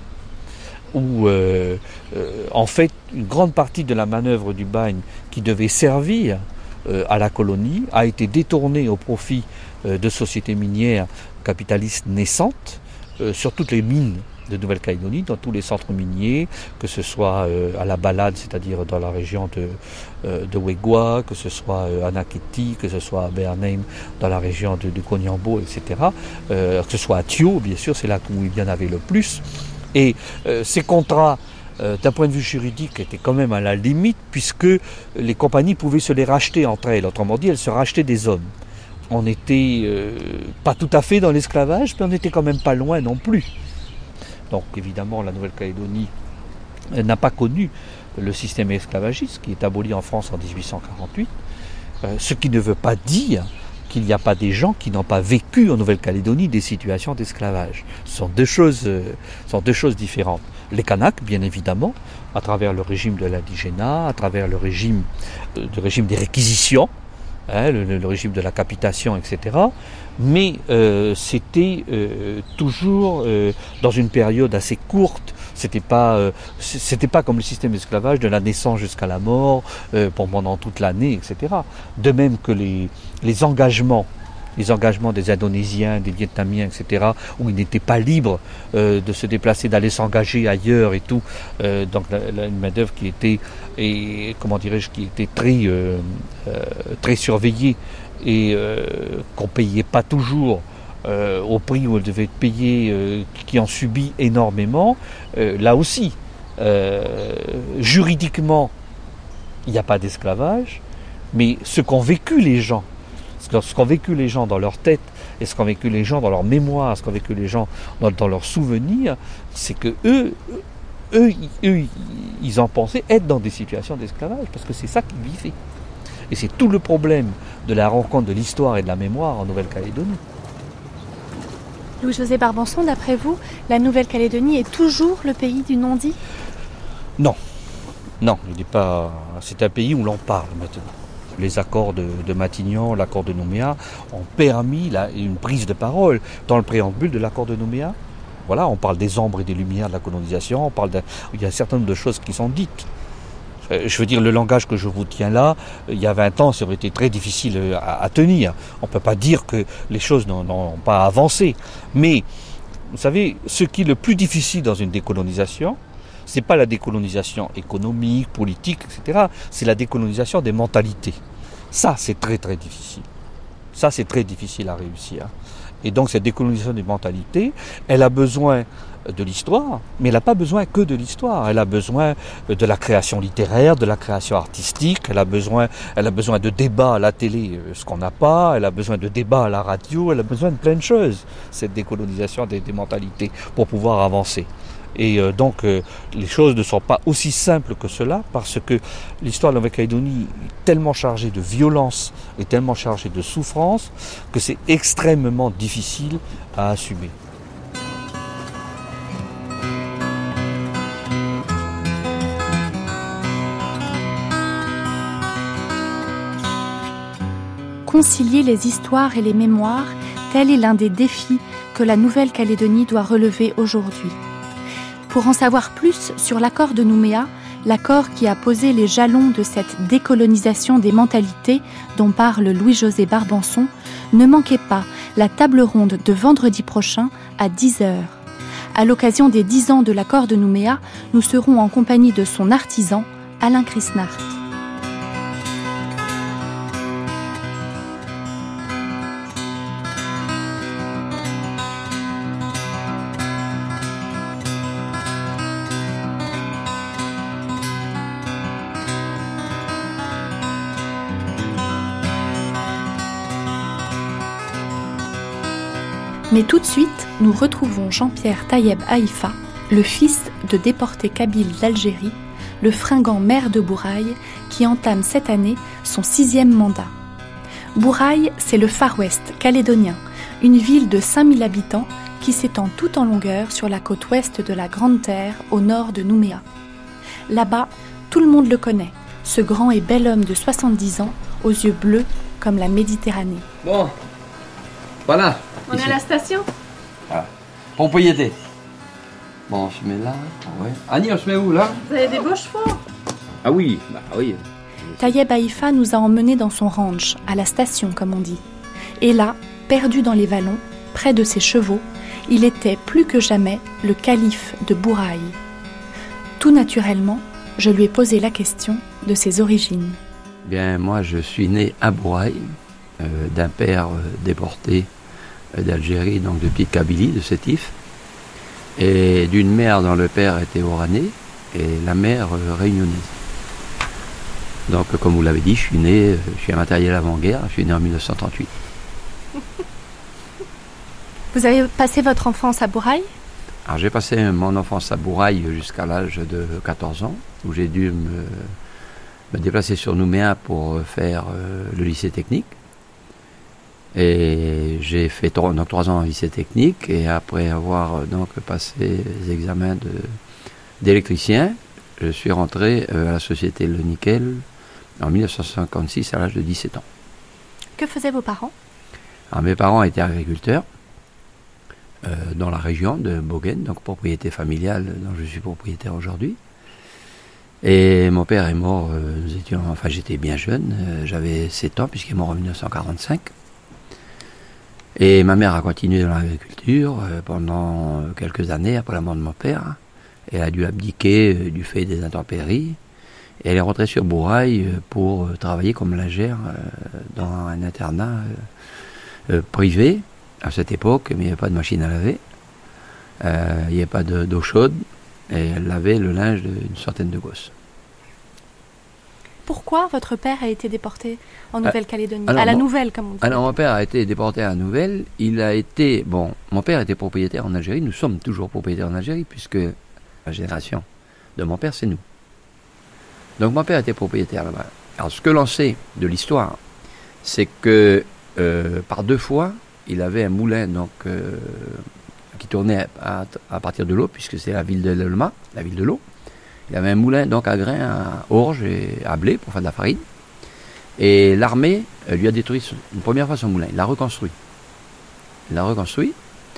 Speaker 5: où, euh, euh, en fait, une grande partie de la manœuvre du bagne qui devait servir euh, à la colonie a été détournée au profit de sociétés minières capitalistes naissantes euh, sur toutes les mines de Nouvelle-Calédonie, dans tous les centres miniers, que ce soit euh, à la Balade, c'est-à-dire dans la région de, euh, de Wegwa, que ce soit euh, à Naketi, que ce soit à Bernheim, dans la région de, de Konyambo, et cetera. Euh, que ce soit à Thio, bien sûr, c'est là où il y en avait le plus. Et euh, ces contrats, euh, d'un point de vue juridique, étaient quand même à la limite, puisque les compagnies pouvaient se les racheter entre elles. Autrement dit, elles se rachetaient des hommes. On n'était euh, pas tout à fait dans l'esclavage, mais on n'était quand même pas loin non plus. Donc évidemment, la Nouvelle-Calédonie n'a pas connu le système esclavagiste qui est aboli en France en dix-huit cent quarante-huit, euh, ce qui ne veut pas dire qu'il n'y a pas des gens qui n'ont pas vécu en Nouvelle-Calédonie des situations d'esclavage. Ce sont deux choses, euh, sont deux choses différentes. Les Kanaks, bien évidemment, à travers le régime de l'indigénat, à travers le régime, euh, le régime des réquisitions, Hein, le, le régime de la capitation, et cetera. Mais euh, c'était euh, toujours euh, dans une période assez courte. C'était pas, euh, c'était pas comme le système d'esclavage de la naissance jusqu'à la mort, euh, pendant toute l'année, et cetera. De même que les, les engagements, les engagements des Indonésiens, des Vietnamiens, et cetera, où ils n'étaient pas libres euh, de se déplacer, d'aller s'engager ailleurs et tout. Euh, donc la, la, une main-d'œuvre qui était, et, comment dirais-je, qui était très, euh, euh, très surveillée et euh, qu'on payait pas toujours euh, au prix où elle devait être payée, euh, qui en subit énormément. Euh, là aussi, euh, juridiquement, il n'y a pas d'esclavage, mais ce qu'ont vécu les gens Ce qu'ont vécu les gens dans leur tête et ce qu'ont vécu les gens dans leur mémoire, ce qu'ont vécu les gens dans, dans leurs souvenirs, c'est que eux, eux, eux, ils en pensaient être dans des situations d'esclavage, parce que c'est ça qu'ils vivaient. Et c'est tout le problème de la rencontre de l'histoire et de la mémoire en Nouvelle-Calédonie.
Speaker 1: Louis-José Barbançon, d'après vous, la Nouvelle-Calédonie est toujours le pays du non-dit ?
Speaker 5: Non, non, il n'est pas. C'est un pays où l'on parle maintenant. Les accords de, de Matignon, l'accord de Nouméa ont permis la, une prise de parole dans le préambule de l'accord de Nouméa. Voilà, on parle des ombres et des lumières de la colonisation, on parle de, il y a un certain nombre de choses qui sont dites. Je veux dire, le langage que je vous tiens là, il y a vingt ans, ça aurait été très difficile à, à tenir. On ne peut pas dire que les choses n'ont, n'ont pas avancé. Mais, vous savez, ce qui est le plus difficile dans une décolonisation, ce n'est pas la décolonisation économique, politique, et cetera. C'est la décolonisation des mentalités. Ça, c'est très très difficile. Ça, c'est très difficile à réussir. Et donc, cette décolonisation des mentalités, elle a besoin de l'histoire, mais elle n'a pas besoin que de l'histoire. Elle a besoin de la création littéraire, de la création artistique, elle a besoin, elle a besoin de débats à la télé, ce qu'on n'a pas, elle a besoin de débats à la radio, elle a besoin de plein de choses, cette décolonisation des, des mentalités, pour pouvoir avancer. Et euh, donc, euh, les choses ne sont pas aussi simples que cela, parce que l'histoire de la Nouvelle-Calédonie est tellement chargée de violence et tellement chargée de souffrance que c'est extrêmement difficile à assumer.
Speaker 1: Concilier les histoires et les mémoires, tel est l'un des défis que la Nouvelle-Calédonie doit relever aujourd'hui. Pour en savoir plus sur l'accord de Nouméa, l'accord qui a posé les jalons de cette décolonisation des mentalités dont parle Louis-José Barbançon, ne manquez pas la table ronde de vendredi prochain à dix heures. À l'occasion des dix ans de l'accord de Nouméa, nous serons en compagnie de son artisan, Alain Chrisnart. Mais tout de suite, nous retrouvons Jean-Pierre Tayeb Haïfa, le fils de déportés kabyles d'Algérie, le fringant maire de Bourail, qui entame cette année son sixième mandat. Bourail, c'est le Far West calédonien, une ville de cinq mille habitants qui s'étend tout en longueur sur la côte ouest de la Grande Terre, au nord de Nouméa. Là-bas, tout le monde le connaît, ce grand et bel homme de soixante-dix ans, aux yeux bleus comme la Méditerranée.
Speaker 9: Bon, voilà.
Speaker 1: On est à la station ?
Speaker 9: Voilà. Propriété. Bon, on se met là. Ouais. Annie, on se met où là ?
Speaker 1: Vous avez des beaux chevaux ?
Speaker 9: Ah oui, bah oui.
Speaker 1: Tayeb Haïfa nous a emmenés dans son ranch, à la station comme on dit. Et là, perdu dans les vallons, près de ses chevaux, il était plus que jamais le calife de Bourail. Tout naturellement, je lui ai posé la question de ses origines.
Speaker 9: Bien, moi je suis né à Bourail, euh, d'un père euh, déporté d'Algérie, donc de Petite Kabylie, de Sétif, et d'une mère dont le père était oranais et la mère euh, réunionnaise. Donc, comme vous l'avez dit, je suis né, euh, je suis un matériel avant-guerre, je suis né en dix-neuf cent trente-huit.
Speaker 1: Vous avez passé votre enfance à Bourail ?
Speaker 9: Alors, j'ai passé mon enfance à Bourail jusqu'à l'âge de quatorze ans, où j'ai dû me, me déplacer sur Nouméa pour faire euh, le lycée technique. Et j'ai fait trois, donc, trois ans en lycée technique, et après avoir donc passé les examens de, d'électricien, je suis rentré à la société Le Nickel en dix-neuf cent cinquante-six à l'âge de dix-sept ans.
Speaker 1: Que faisaient vos parents ?
Speaker 9: Alors, mes parents étaient agriculteurs euh, dans la région de Bogen, donc propriété familiale dont je suis propriétaire aujourd'hui. Et mon père est mort, euh, nous étions, enfin j'étais bien jeune, euh, j'avais sept ans puisqu'il est mort en dix-neuf cent quarante-cinq. Et ma mère a continué dans l'agriculture euh, pendant quelques années après la mort de mon père. Elle a dû abdiquer euh, du fait des intempéries. Et elle est rentrée sur Bourail euh, pour euh, travailler comme lingère euh, dans un internat euh, euh, privé à cette époque, mais il n'y avait pas de machine à laver. Euh, il n'y avait pas de, d'eau chaude. Et elle lavait le linge d'une centaine de gosses.
Speaker 1: pourquoi votre père a été déporté en Nouvelle-Calédonie,
Speaker 9: alors,
Speaker 1: à la
Speaker 9: mon,
Speaker 1: Nouvelle, comme on dit?
Speaker 9: Alors, mon père a été déporté à la Nouvelle. Il a été, bon, mon père était propriétaire en Algérie. Nous sommes toujours propriétaires en Algérie, puisque la génération de mon père, c'est nous. Donc, mon père était propriétaire là-bas. Alors, ce que l'on sait de l'histoire, c'est que euh, par deux fois, il avait un moulin donc, euh, qui tournait à, à partir de l'eau, puisque c'est la ville de l'Elma, la ville de l'eau. Il avait un moulin donc à grains, à orge et à blé pour faire de la farine. Et l'armée euh, lui a détruit son, une première fois son moulin. Il l'a reconstruit. Il l'a reconstruit.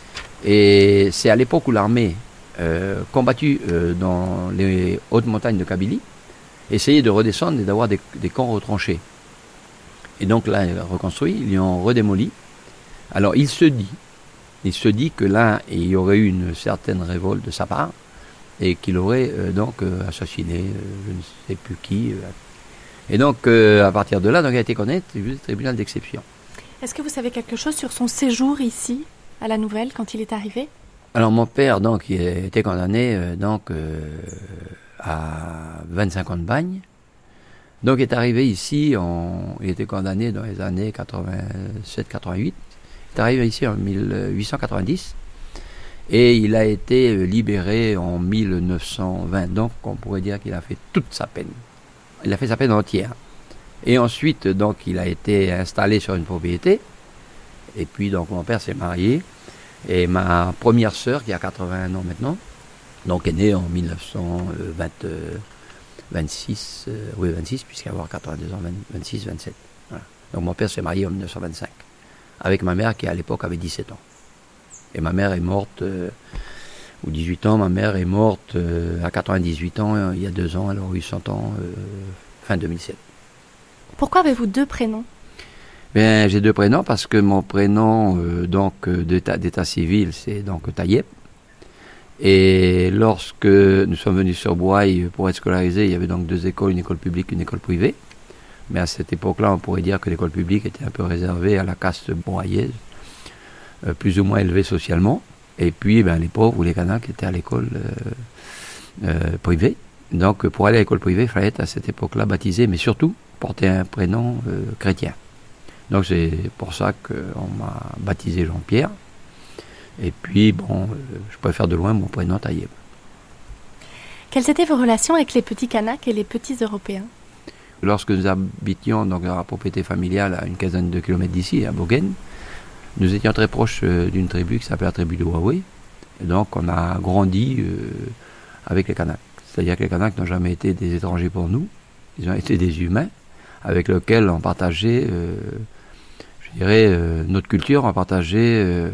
Speaker 9: Et c'est à l'époque où l'armée, euh, combattue euh, dans les hautes montagnes de Kabylie, essayait de redescendre et d'avoir des, des camps retranchés. Et donc là, il a reconstruit, ils lui ont redémoli. Alors il se dit, il se dit que là, il y aurait eu une certaine révolte de sa part, et qu'il aurait euh, donc euh, assassiné euh, je ne sais plus qui. Euh. Et donc, euh, à partir de là, donc, il a été condamné au tribunal d'exception.
Speaker 1: Est-ce que vous savez quelque chose sur son séjour ici, à la Nouvelle, quand il est arrivé?
Speaker 9: Alors, mon père, donc, il a été condamné euh, donc, euh, à vingt-cinq ans de bagne. Donc, il est arrivé ici, en, il était condamné dans les années quatre-vingt-sept quatre-vingt-huit. Il est arrivé ici en mille huit cent quatre-vingt-dix. Et il a été libéré en mille neuf cent vingt, donc on pourrait dire qu'il a fait toute sa peine. Il a fait sa peine entière. Et ensuite, donc, il a été installé sur une propriété. Et puis, donc, mon père s'est marié. Et ma première sœur, qui a quatre-vingts ans maintenant, donc est née en mille neuf cent vingt-six, euh, oui, vingt-six, puisqu'il va avoir quatre-vingt-deux ans, vingt-six, vingt-sept. Voilà. Donc, mon père s'est marié en mille neuf cent vingt-cinq, avec ma mère, qui à l'époque avait dix-sept ans. Et ma mère est morte, euh, ou dix-huit ans, ma mère est morte euh, à quatre-vingt-dix-huit ans, euh, il y a deux ans, elle aurait eu cent ans, euh, fin deux mille sept.
Speaker 1: Pourquoi avez-vous deux prénoms?
Speaker 9: Bien, j'ai deux prénoms parce que mon prénom euh, donc, d'état, d'état civil, c'est donc Tayeb. Et lorsque nous sommes venus sur Bourail pour être scolarisés, il y avait donc deux écoles, une école publique, une école privée. Mais à cette époque-là, on pourrait dire que l'école publique était un peu réservée à la caste bouraillaise, Euh, plus ou moins élevés socialement, et puis ben, les pauvres ou les Kanaks étaient à l'école euh, euh, privée. Donc pour aller à l'école privée, il fallait être à cette époque-là baptisé, mais surtout porter un prénom euh, chrétien. Donc c'est pour ça qu'on m'a baptisé Jean-Pierre, et puis bon, euh, je préfère de loin mon prénom Tayeb.
Speaker 1: Quelles étaient vos relations avec les petits Kanaks et les petits Européens?
Speaker 9: Lorsque nous habitions donc, dans la propriété familiale à une quinzaine de kilomètres d'ici, à Bogen, nous étions très proches euh, d'une tribu qui s'appelait la tribu de Huawei. Et donc, on a grandi euh, avec les Kanaks. C'est-à-dire que les Kanaks n'ont jamais été des étrangers pour nous. Ils ont été des humains avec lesquels on partageait, euh, je dirais, euh, notre culture, on partageait euh,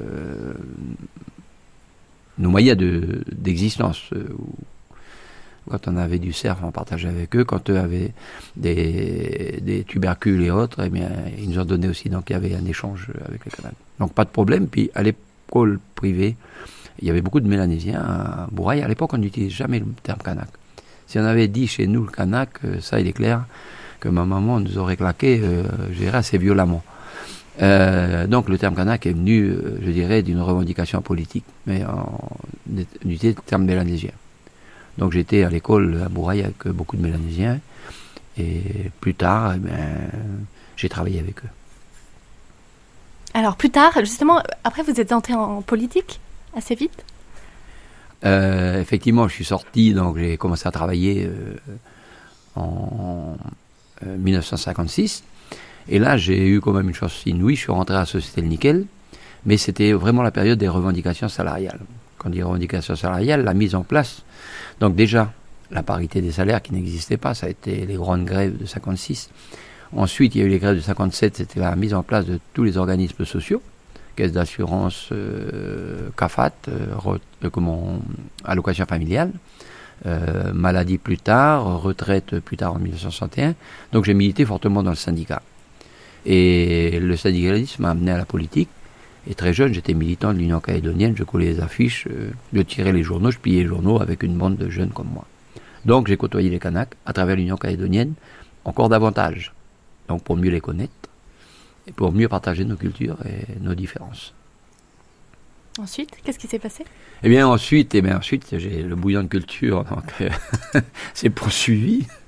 Speaker 9: nos moyens de, d'existence. Euh, Quand on avait du cerf, on partageait avec eux. Quand eux avaient des, des tubercules et autres, eh bien, ils nous ont donné aussi. Donc, il y avait un échange avec les Kanaks. Donc, pas de problème. Puis, à l'école privée, il y avait beaucoup de Mélanésiens à Bourail. À l'époque, on n'utilisait jamais le terme Kanak. Si on avait dit chez nous le Kanak, ça, il est clair que ma maman nous aurait claqué, euh, je dirais, assez violemment. Euh, donc, le terme Kanak est venu, euh, je dirais, d'une revendication politique. Mais on utilisait le terme mélانésien. Donc j'étais à l'école à Bourail avec beaucoup de Mélanésiens, et plus tard, eh bien, j'ai travaillé avec eux.
Speaker 1: Alors plus tard, justement, après vous êtes entré en politique assez vite?
Speaker 9: euh, Effectivement, je suis sorti, donc j'ai commencé à travailler euh, en euh, mille neuf cent cinquante-six, et là j'ai eu quand même une chance inouïe, je suis rentré à la Société Le Nickel, mais c'était vraiment la période des revendications salariales. Quand on dit revendications salariales, la mise en place, donc déjà, la parité des salaires qui n'existait pas, ça a été les grandes grèves de cinquante-six. Ensuite, il y a eu les grèves de cinquante-sept, c'était la mise en place de tous les organismes sociaux, caisse d'assurance, euh, C A F A T, euh, re, euh, comment, allocation familiale, euh, maladie plus tard, retraite plus tard en mille neuf cent soixante et un. Donc j'ai milité fortement dans le syndicat. Et le syndicalisme m'a amené à la politique. Et très jeune, j'étais militant de l'Union calédonienne, je collais les affiches, euh, je tirais les journaux, je pliais les journaux avec une bande de jeunes comme moi. Donc j'ai côtoyé les Kanaks à travers l'Union calédonienne, encore davantage. Donc pour mieux les connaître, et pour mieux partager nos cultures et nos différences.
Speaker 1: Ensuite, qu'est-ce qui s'est passé?
Speaker 9: Eh bien ensuite, eh bien ensuite j'ai le bouillon de culture, donc euh, c'est poursuivi.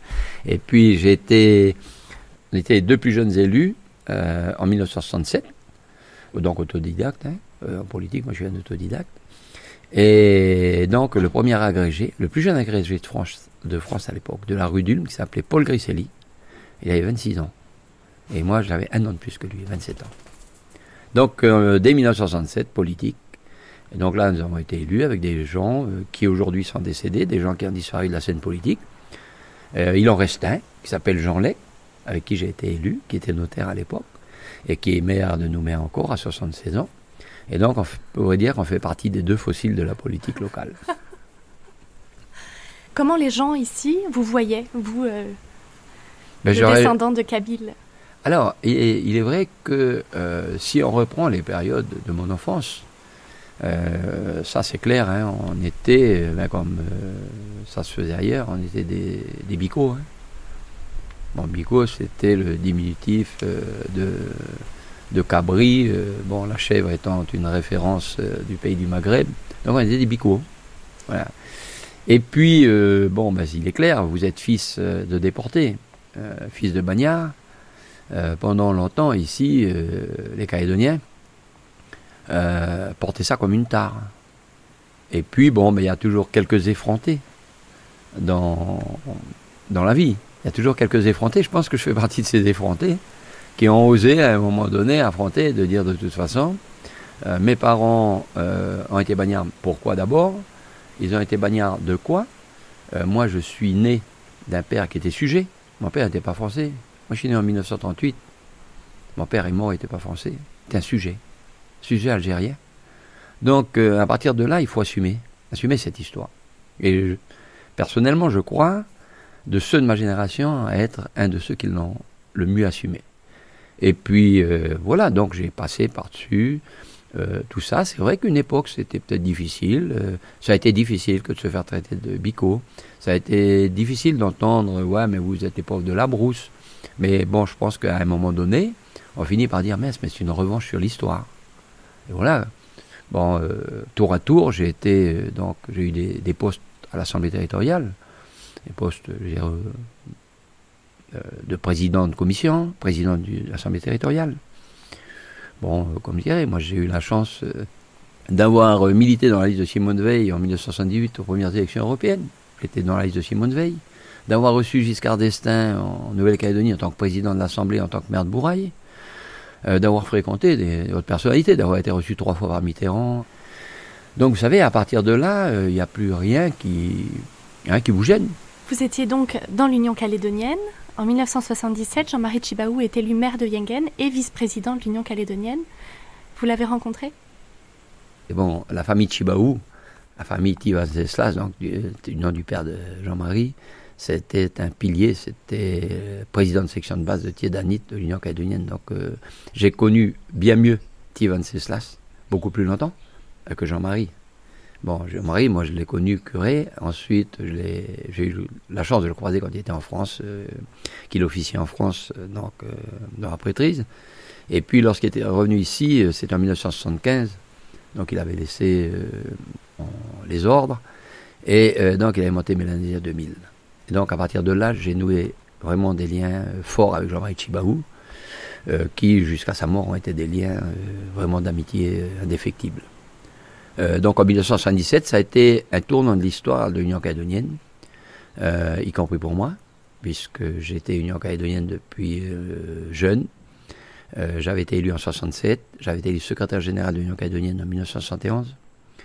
Speaker 9: Et puis j'ai été, on était les deux plus jeunes élus euh, en mille neuf cent soixante-sept, donc autodidacte, hein, euh, en politique, moi je suis un autodidacte. Et donc le premier agrégé, le plus jeune agrégé de France, de France à l'époque, de la rue d'Ulm, qui s'appelait Paul Grisselli, il avait vingt-six ans. Et moi j'avais un an de plus que lui, vingt-sept ans. Donc euh, dès mille neuf cent soixante-sept, politique. Et donc là nous avons été élus avec des gens euh, qui aujourd'hui sont décédés, des gens qui ont disparu de la scène politique. Euh, il en reste un, qui s'appelle Jean Lec, avec qui j'ai été élu, qui était notaire à l'époque, et qui est maire de Nouméa encore, à soixante-seize ans. Et donc, on pourrait dire qu'on fait partie des deux fossiles de la politique locale.
Speaker 1: Comment les gens ici vous voyaient, vous, euh,
Speaker 9: ben,
Speaker 1: le descendant de Kabyle?
Speaker 9: Alors, il est, il est vrai que euh, si on reprend les périodes de mon enfance, euh, ça c'est clair, hein, on était, ben, comme euh, ça se faisait ailleurs, on était des, des bicots. Hein. Bon, bico, c'était le diminutif euh, de... de cabri, euh, bon, la chèvre étant une référence euh, du pays du Maghreb. Donc on était des bicots. Voilà. Et puis, euh, bon, ben, il est clair, vous êtes fils euh, de déportés, euh, fils de bagnards. Euh, pendant longtemps, ici, euh, les Calédoniens euh, portaient ça comme une tare. Et puis, bon, ben, il y a toujours quelques effrontés dans, dans la vie. Il y a toujours quelques effrontés. Je pense que je fais partie de ces effrontés qui ont osé à un moment donné affronter, de dire de toute façon, euh, mes parents euh, ont été bagnards. Pourquoi d'abord? Ils ont été bagnards de quoi? euh, Moi, je suis né d'un père qui était sujet. Mon père n'était pas français. Moi, je suis né en mille neuf cent trente-huit. Mon père est mort, il n'était pas français. Il était un sujet. Sujet algérien. Donc, euh, à partir de là, il faut assumer. Assumer cette histoire. Et je, personnellement, je crois, de ceux de ma génération, à être un de ceux qui l'ont le mieux assumé. Et puis, euh, voilà, donc j'ai passé par-dessus euh, tout ça. C'est vrai qu'une époque, c'était peut-être difficile. Euh, ça a été difficile que de se faire traiter de bico. Ça a été difficile d'entendre, ouais, mais vous êtes les pauvres de la brousse. Mais bon, je pense qu'à un moment donné, on finit par dire, mince, mais c'est une revanche sur l'histoire. Et voilà. Bon, euh, tour à tour, j'ai été, euh, donc, j'ai eu des, des postes à l'Assemblée territoriale. Des postes, j'ai euh, de président de commission, président de l'Assemblée territoriale. Bon, euh, comme je dirais, moi j'ai eu la chance euh, d'avoir euh, milité dans la liste de Simone Veil en mille neuf cent soixante-dix-huit aux premières élections européennes. J'étais dans la liste de Simone Veil. D'avoir reçu Giscard d'Estaing en Nouvelle-Calédonie en tant que président de l'Assemblée, en tant que maire de Bourail. Euh, d'avoir fréquenté des autres personnalités, d'avoir été reçu trois fois par Mitterrand. Donc vous savez, à partir de là, il euh, n'y a plus rien qui, rien qui vous gêne.
Speaker 1: Vous étiez donc dans l'Union calédonienne. En mille neuf cent soixante-dix-sept, Jean-Marie Tjibaou est élu maire de Yengen et vice-président de l'Union calédonienne. Vous l'avez rencontré?
Speaker 9: Et bon, la famille Tjibaou, la famille Tivanceslas, donc du, du nom du père de Jean-Marie, c'était un pilier, c'était euh, président de section de base de Tiedanit de l'Union calédonienne. Donc euh, j'ai connu bien mieux Tivanceslas, beaucoup plus longtemps, euh, que Jean-Marie. Bon, Jean-Marie, moi je l'ai connu curé, ensuite je l'ai, j'ai eu la chance de le croiser quand il était en France, euh, qu'il officiait en France euh, donc, euh, dans la prêtrise. Et puis lorsqu'il était revenu ici, euh, c'était en mille neuf cent soixante-quinze, donc il avait laissé euh, en, les ordres, et euh, donc il avait monté Mélanésia deux mille. Et donc à partir de là, j'ai noué vraiment des liens euh, forts avec Jean-Marie Tjibaou, euh, qui jusqu'à sa mort ont été des liens euh, vraiment d'amitié euh, indéfectibles. Euh, donc en mille neuf cent soixante-dix-sept, ça a été un tournant de l'histoire de l'Union calédonienne, euh, y compris pour moi, puisque j'étais Union calédonienne depuis euh, jeune. Euh, j'avais été élu en soixante-sept, j'avais été élu secrétaire général de l'Union calédonienne en mille neuf cent soixante et onze,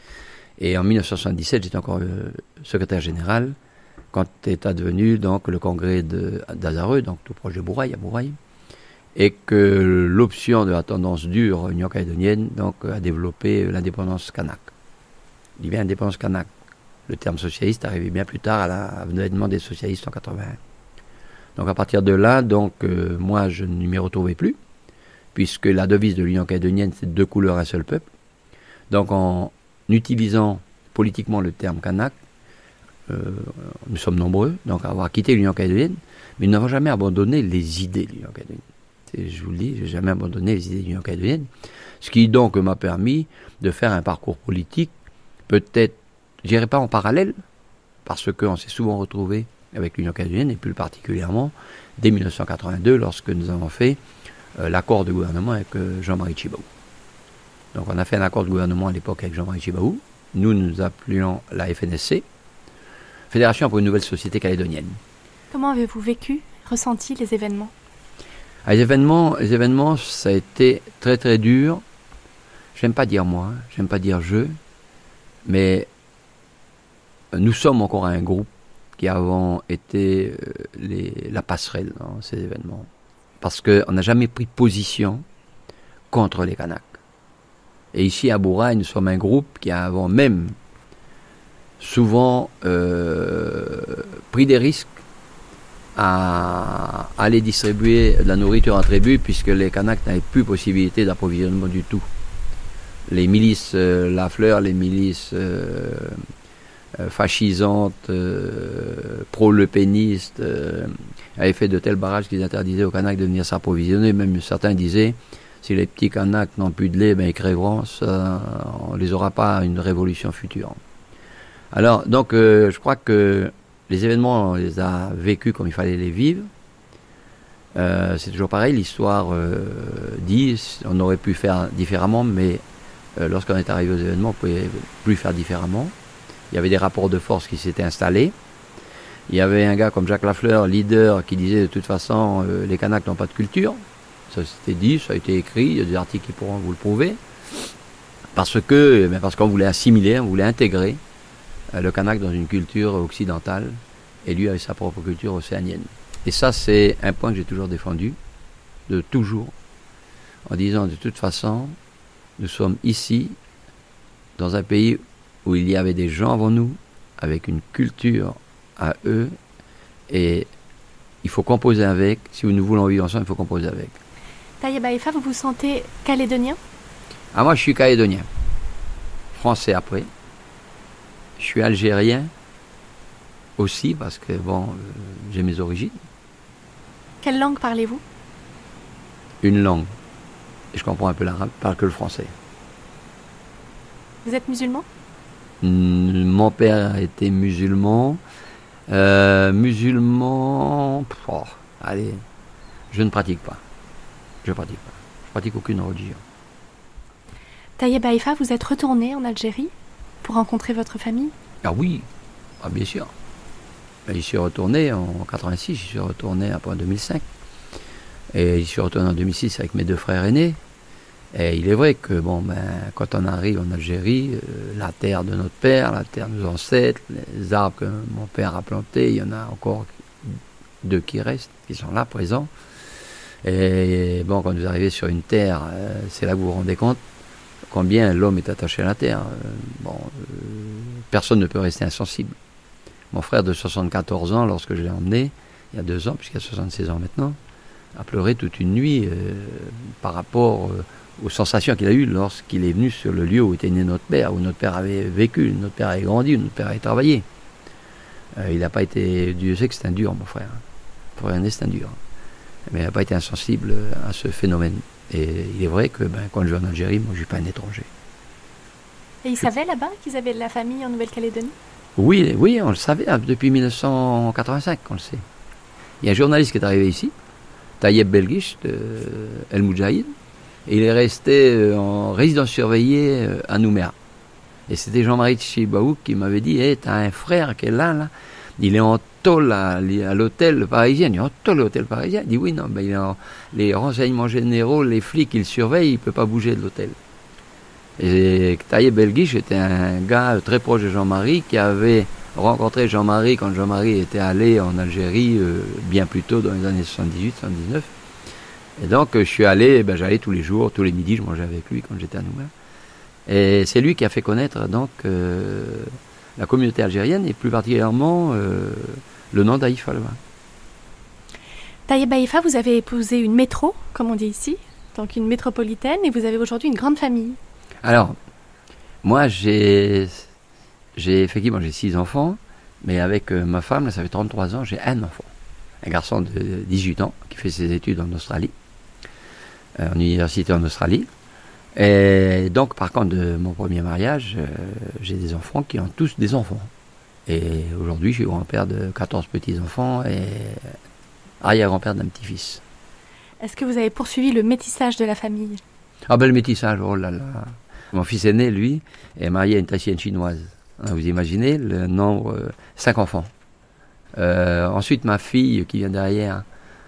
Speaker 9: et en mille neuf cent soixante-dix-sept, j'étais encore euh, secrétaire général quand est advenu donc le congrès de, d'Azareux, donc tout proche de Bourail, à Bourail, et que l'option de la tendance dure Union calédonienne donc, a développé l'indépendance kanak. Je dis bien indépendance kanak. Le terme socialiste arrivait bien plus tard à l'avènement des socialistes en quatre-vingt-un. Donc à partir de là, donc, euh, moi je ne m'y retrouvais plus, puisque la devise de l'Union calédonienne c'est deux couleurs, un seul peuple. Donc en utilisant politiquement le terme kanak, euh, nous sommes nombreux donc à avoir quitté l'Union calédonienne, mais nous n'avons jamais abandonné les idées de l'Union calédonienne. Et je vous le dis, je n'ai jamais abandonné les idées de l'Union calédonienne, ce qui donc m'a permis de faire un parcours politique, peut-être, je dirais pas en parallèle, parce qu'on s'est souvent retrouvé avec l'Union calédonienne, et plus particulièrement dès mille neuf cent quatre-vingt-deux, lorsque nous avons fait euh, l'accord de gouvernement avec euh, Jean-Marie Tjibaou. Donc on a fait un accord de gouvernement à l'époque avec Jean-Marie Tjibaou. Nous nous appelions la F N S C, Fédération pour une nouvelle société calédonienne.
Speaker 1: Comment avez-vous vécu, ressenti les événements ?
Speaker 9: Ah, les événements, les événements, ça a été très très dur. J'aime pas dire moi, j'aime pas dire je, mais nous sommes encore un groupe qui avons été euh, les, la passerelle dans ces événements. Parce qu'on n'a jamais pris position contre les Kanaks. Et ici à Bourail, nous sommes un groupe qui avons même souvent euh, pris des risques à aller distribuer de la nourriture en tribu, puisque les Kanaks n'avaient plus possibilité d'approvisionnement du tout. Les milices euh, Lafleur, les milices euh, euh, fascisantes, euh, pro-lepénistes, euh, avaient fait de tels barrages qu'ils interdisaient aux Kanaks de venir s'approvisionner. Même certains disaient, si les petits Kanaks n'ont plus de lait, ben ils crèveront, ça, on ne les aura pas à une révolution future. Alors, donc, euh, je crois que les événements, on les a vécus comme il fallait les vivre. Euh, c'est toujours pareil, l'histoire euh, dit, on aurait pu faire différemment, mais euh, lorsqu'on est arrivé aux événements, on ne pouvait plus faire différemment. Il y avait des rapports de force qui s'étaient installés. Il y avait un gars comme Jacques Lafleur, leader, qui disait de toute façon, euh, les Kanaks n'ont pas de culture. Ça s'était dit, ça a été écrit, il y a des articles qui pourront vous le prouver. Parce que, ben parce qu'on voulait assimiler, on voulait intégrer euh, le Kanak dans une culture occidentale, et lui avec sa propre culture océanienne. Et ça, c'est un point que j'ai toujours défendu, de toujours, en disant de toute façon, nous sommes ici, dans un pays où il y avait des gens avant nous, avec une culture à eux, et il faut composer avec. Si nous voulons vivre ensemble, il faut composer avec.
Speaker 1: Tayeb Haifa, vous vous sentez calédonien ?
Speaker 9: Ah, moi, je suis calédonien. Français après. Je suis algérien aussi, parce que, bon, euh, j'ai mes origines.
Speaker 1: Quelle langue parlez-vous ?
Speaker 9: Une langue. Et je comprends un peu l'arabe, je parle que le français.
Speaker 1: Vous êtes musulman ?
Speaker 9: Mmh, mon père était musulman. Euh, musulman... Oh, allez, je ne pratique pas. Je ne pratique pas. Je pratique aucune religion.
Speaker 1: Tayeb Haifa, vous êtes retourné en Algérie pour rencontrer votre famille ?
Speaker 9: Ah oui, ah, bien sûr. J'y suis retourné en quatre-vingt-six, j'y suis retourné après en deux mille cinq. Et j'y suis retourné en deux mille six avec mes deux frères aînés. Et il est vrai que bon, ben, quand on arrive en Algérie, euh, la terre de notre père, la terre de nos ancêtres, les arbres que mon père a plantés, il y en a encore deux qui restent, qui sont là, présents. Et bon, quand vous arrivez sur une terre, euh, c'est là que vous vous rendez compte combien l'homme est attaché à la terre. Euh, bon, euh, personne ne peut rester insensible. Mon frère de soixante-quatorze ans, lorsque je l'ai emmené, il y a deux ans, puisqu'il a soixante-seize ans maintenant, a pleuré toute une nuit euh, par rapport euh, aux sensations qu'il a eues lorsqu'il est venu sur le lieu où était né notre père, où notre père avait vécu, notre père avait grandi, où notre père avait travaillé. Euh, il n'a pas été... Dieu sait que c'est un dur, mon frère. Pour rien, c'est un dur. Mais il n'a pas été insensible à ce phénomène. Et il est vrai que ben, quand je vais en Algérie, moi je ne suis pas un étranger.
Speaker 1: Et ils savaient là-bas qu'ils avaient de la famille en Nouvelle-Calédonie ? Oui,
Speaker 9: oui, on le savait depuis mille neuf cent quatre-vingt-cinq, on le sait. Il y a un journaliste qui est arrivé ici, Tayeb Belguiche, de El Moudjahid, et il est resté en résidence surveillée à Nouméa. Et c'était Jean-Marie Tjibaou qui m'avait dit hey, « t'as un frère qui est là, là, il est en tôle à, à l'hôtel parisien. » Il est en tôle à l'hôtel parisien. Il dit « Oui, non, ben, il est en, les renseignements généraux, les flics, ils le surveillent, il ne peut pas bouger de l'hôtel. » Et Tayeb Belguiche était un gars très proche de Jean-Marie qui avait rencontré Jean-Marie quand Jean-Marie était allé en Algérie euh, bien plus tôt dans les années soixante-dix-huit soixante-dix-neuf. Et donc je suis allé, ben, j'allais tous les jours, tous les midis, je mangeais avec lui quand j'étais à Nouméa. Et c'est lui qui a fait connaître donc euh, la communauté algérienne et plus particulièrement euh, le nom d'Haïfa.
Speaker 1: Tayeb Haifa, vous avez épousé une métro, comme on dit ici, donc une métropolitaine, et vous avez aujourd'hui une grande famille.
Speaker 9: Alors, moi j'ai, j'ai effectivement j'ai six enfants, mais avec euh, ma femme, là, ça fait trente-trois ans, j'ai un enfant. Un garçon de dix-huit ans qui fait ses études en Australie, euh, en université en Australie. Et donc, par contre, de mon premier mariage, euh, j'ai des enfants qui ont tous des enfants. Et aujourd'hui, je suis grand-père de quatorze petits-enfants et arrière-grand-père d'un petit-fils.
Speaker 1: Est-ce que vous avez poursuivi le métissage de la famille?
Speaker 9: Ah ben le métissage, oh là là. Mon fils aîné, lui, est marié à une Tahitienne chinoise. Vous imaginez le nombre, euh, cinq enfants. Euh, ensuite, ma fille, qui vient derrière,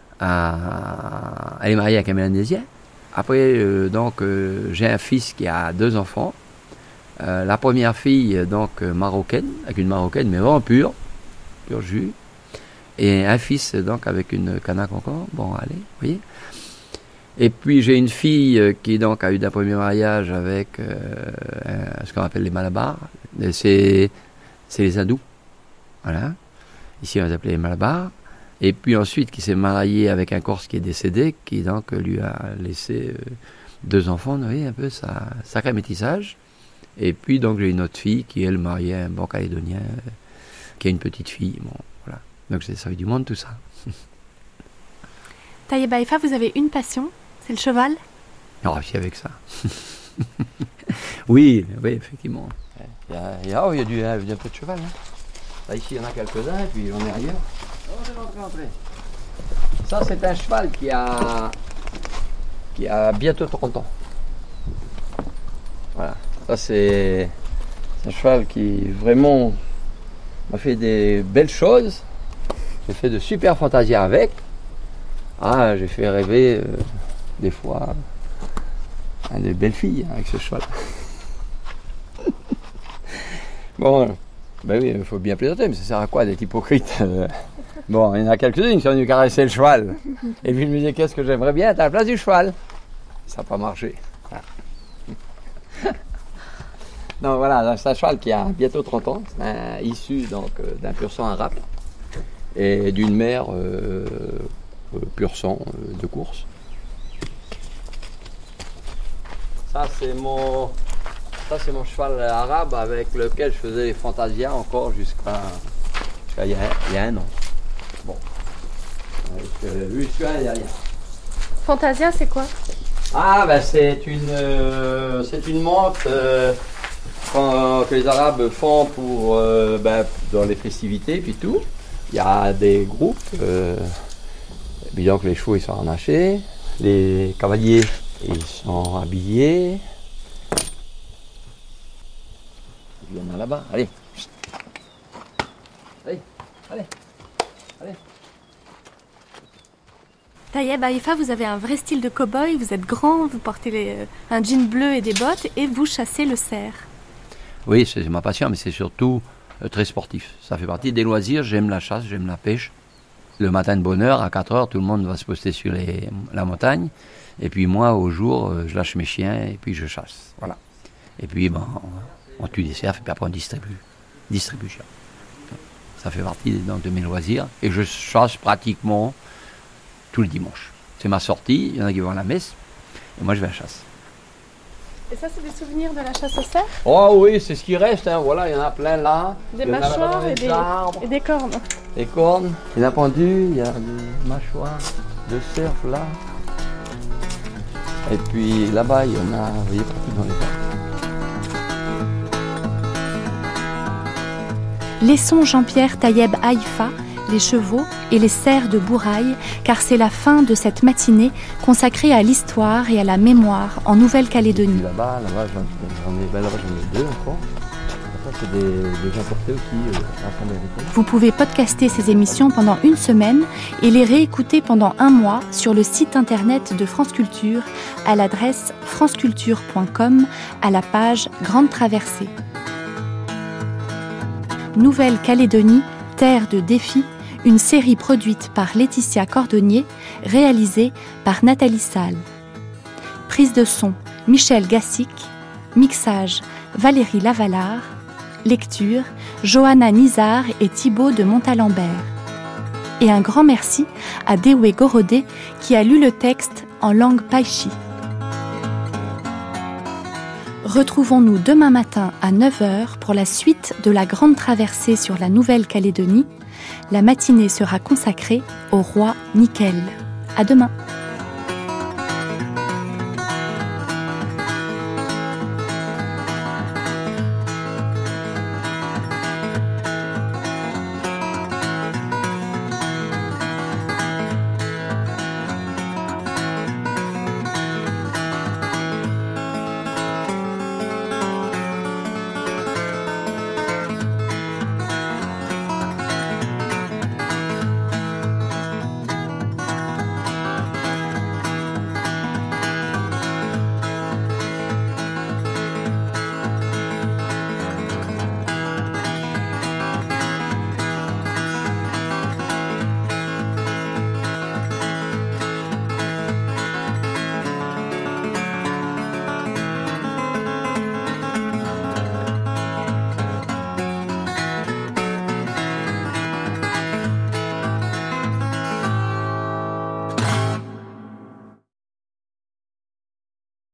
Speaker 9: a, elle est mariée avec un Mélanésien. Après, euh, donc, euh, j'ai un fils qui a deux enfants. Euh, la première fille, donc, euh, marocaine, avec une marocaine, mais vraiment pure, pur jus. Et un fils, donc, avec une Kanak encore. Bon, allez, vous voyez. Et puis, j'ai une fille qui, donc, a eu d'un premier mariage avec euh, un, ce qu'on appelle les Malabars. C'est, c'est les hindous. Voilà. Ici, on les appelait les Malabars. Et puis ensuite, qui s'est marié avec un Corse qui est décédé, qui donc lui a laissé euh, deux enfants. Vous voyez, un peu ça, sacré métissage. Et puis, donc, j'ai une autre fille qui, elle, mariée à un bon Calédonien, euh, qui a une petite fille. Bon, voilà. Donc, c'est ça du monde, tout ça.
Speaker 1: Tayeb Haïfa, vous avez une passion, c'est le cheval?
Speaker 9: Ah, si, avec ça. oui, oui, effectivement. Il y a, il y a, oh, il y a, du, il y a un peu de cheval. Hein. Là, ici, il y en a quelques-uns, et puis on est ailleurs. Oh, rentrez, rentrez. Ça, c'est un cheval qui a, qui a bientôt trente ans. Voilà. Ça, c'est, c'est un cheval qui, vraiment, m'a fait des belles choses. J'ai fait de super fantasies avec. Ah, j'ai fait rêver, euh, des fois, à des belles filles avec ce cheval. Bon, ben oui, il faut bien plaisanter, mais ça sert à quoi d'être hypocrite? Bon, il y en a quelques-unes qui sont venues caresser le cheval. Et puis je me disais, qu'est-ce que j'aimerais bien être à la place du cheval? Ça n'a pas marché. Donc voilà, c'est un cheval qui a bientôt trente ans, un, issu donc, d'un pur sang arabe et d'une mère euh, euh, pur sang euh, de course. Ça, c'est mon... Ça, c'est mon cheval arabe avec lequel je faisais les fantasias encore jusqu'à, jusqu'à il, y a, il y a un an. Bon. Jusqu'à derrière.
Speaker 1: Fantasia, c'est quoi?
Speaker 9: Ah, ben c'est une, euh, c'est une montre euh, quand, que les Arabes font pour, euh, ben, dans les festivités puis tout. Il y a des groupes. Euh, évidemment que les chevaux ils sont harnachés, les cavaliers ils sont habillés. Il y en a là-bas, allez. Allez, allez, allez.
Speaker 1: Tayeb Haïfa, vous avez un vrai style de cow-boy, vous êtes grand, vous portez les, un jean bleu et des bottes et vous chassez le cerf.
Speaker 9: Oui, c'est ma passion, mais c'est surtout euh, très sportif. Ça fait partie des loisirs, j'aime la chasse, j'aime la pêche. Le matin de bonne heure, à quatre heures, tout le monde va se poster sur les, la montagne. Et puis moi, au jour, euh, je lâche mes chiens et puis je chasse. Voilà. Et puis, bon... on tue des cerfs et puis après on distribue. Distribution. Ça fait partie donc, de mes loisirs. Et je chasse pratiquement tous les dimanches. C'est ma sortie, il y en a qui vont à la messe, et moi je vais à la chasse.
Speaker 1: Et ça, c'est des souvenirs de la chasse au cerf?
Speaker 9: Oh oui, c'est ce qui reste. Hein. Voilà, il y en a plein là.
Speaker 1: Des mâchoires et des, et des cornes.
Speaker 9: Des cornes, il y a pendus, il y a des mâchoires de cerf là. Et puis là-bas, il y en a, vous voyez, partout dans les parcs.
Speaker 1: Laissons Jean-Pierre Tayeb Haïfa, les chevaux et les cerfs de Bourail, car c'est la fin de cette matinée consacrée à l'histoire et à la mémoire en Nouvelle-Calédonie.
Speaker 9: Là-bas, là-bas, j'en, j'en, ai, ben là-bas, j'en ai deux encore. Ça, c'est des, des importés aussi. Euh,
Speaker 1: Vous pouvez podcaster ces émissions pendant une semaine et les réécouter pendant un mois sur le site internet de France Culture à l'adresse franceculture point com à la page Grande Traversée. Nouvelle-Calédonie, terre de défis, une série produite par Laetitia Cordonnier, réalisée par Nathalie Salle. Prise de son, Michel Gassic. Mixage, Valérie Lavalard. Lecture, Johanna Nizar et Thibaut de Montalembert. Et un grand merci à Dewey Gorodé qui a lu le texte en langue paichi. Retrouvons-nous demain matin à neuf heures pour la suite de la grande traversée sur la Nouvelle-Calédonie. La matinée sera consacrée au roi Nickel. À demain.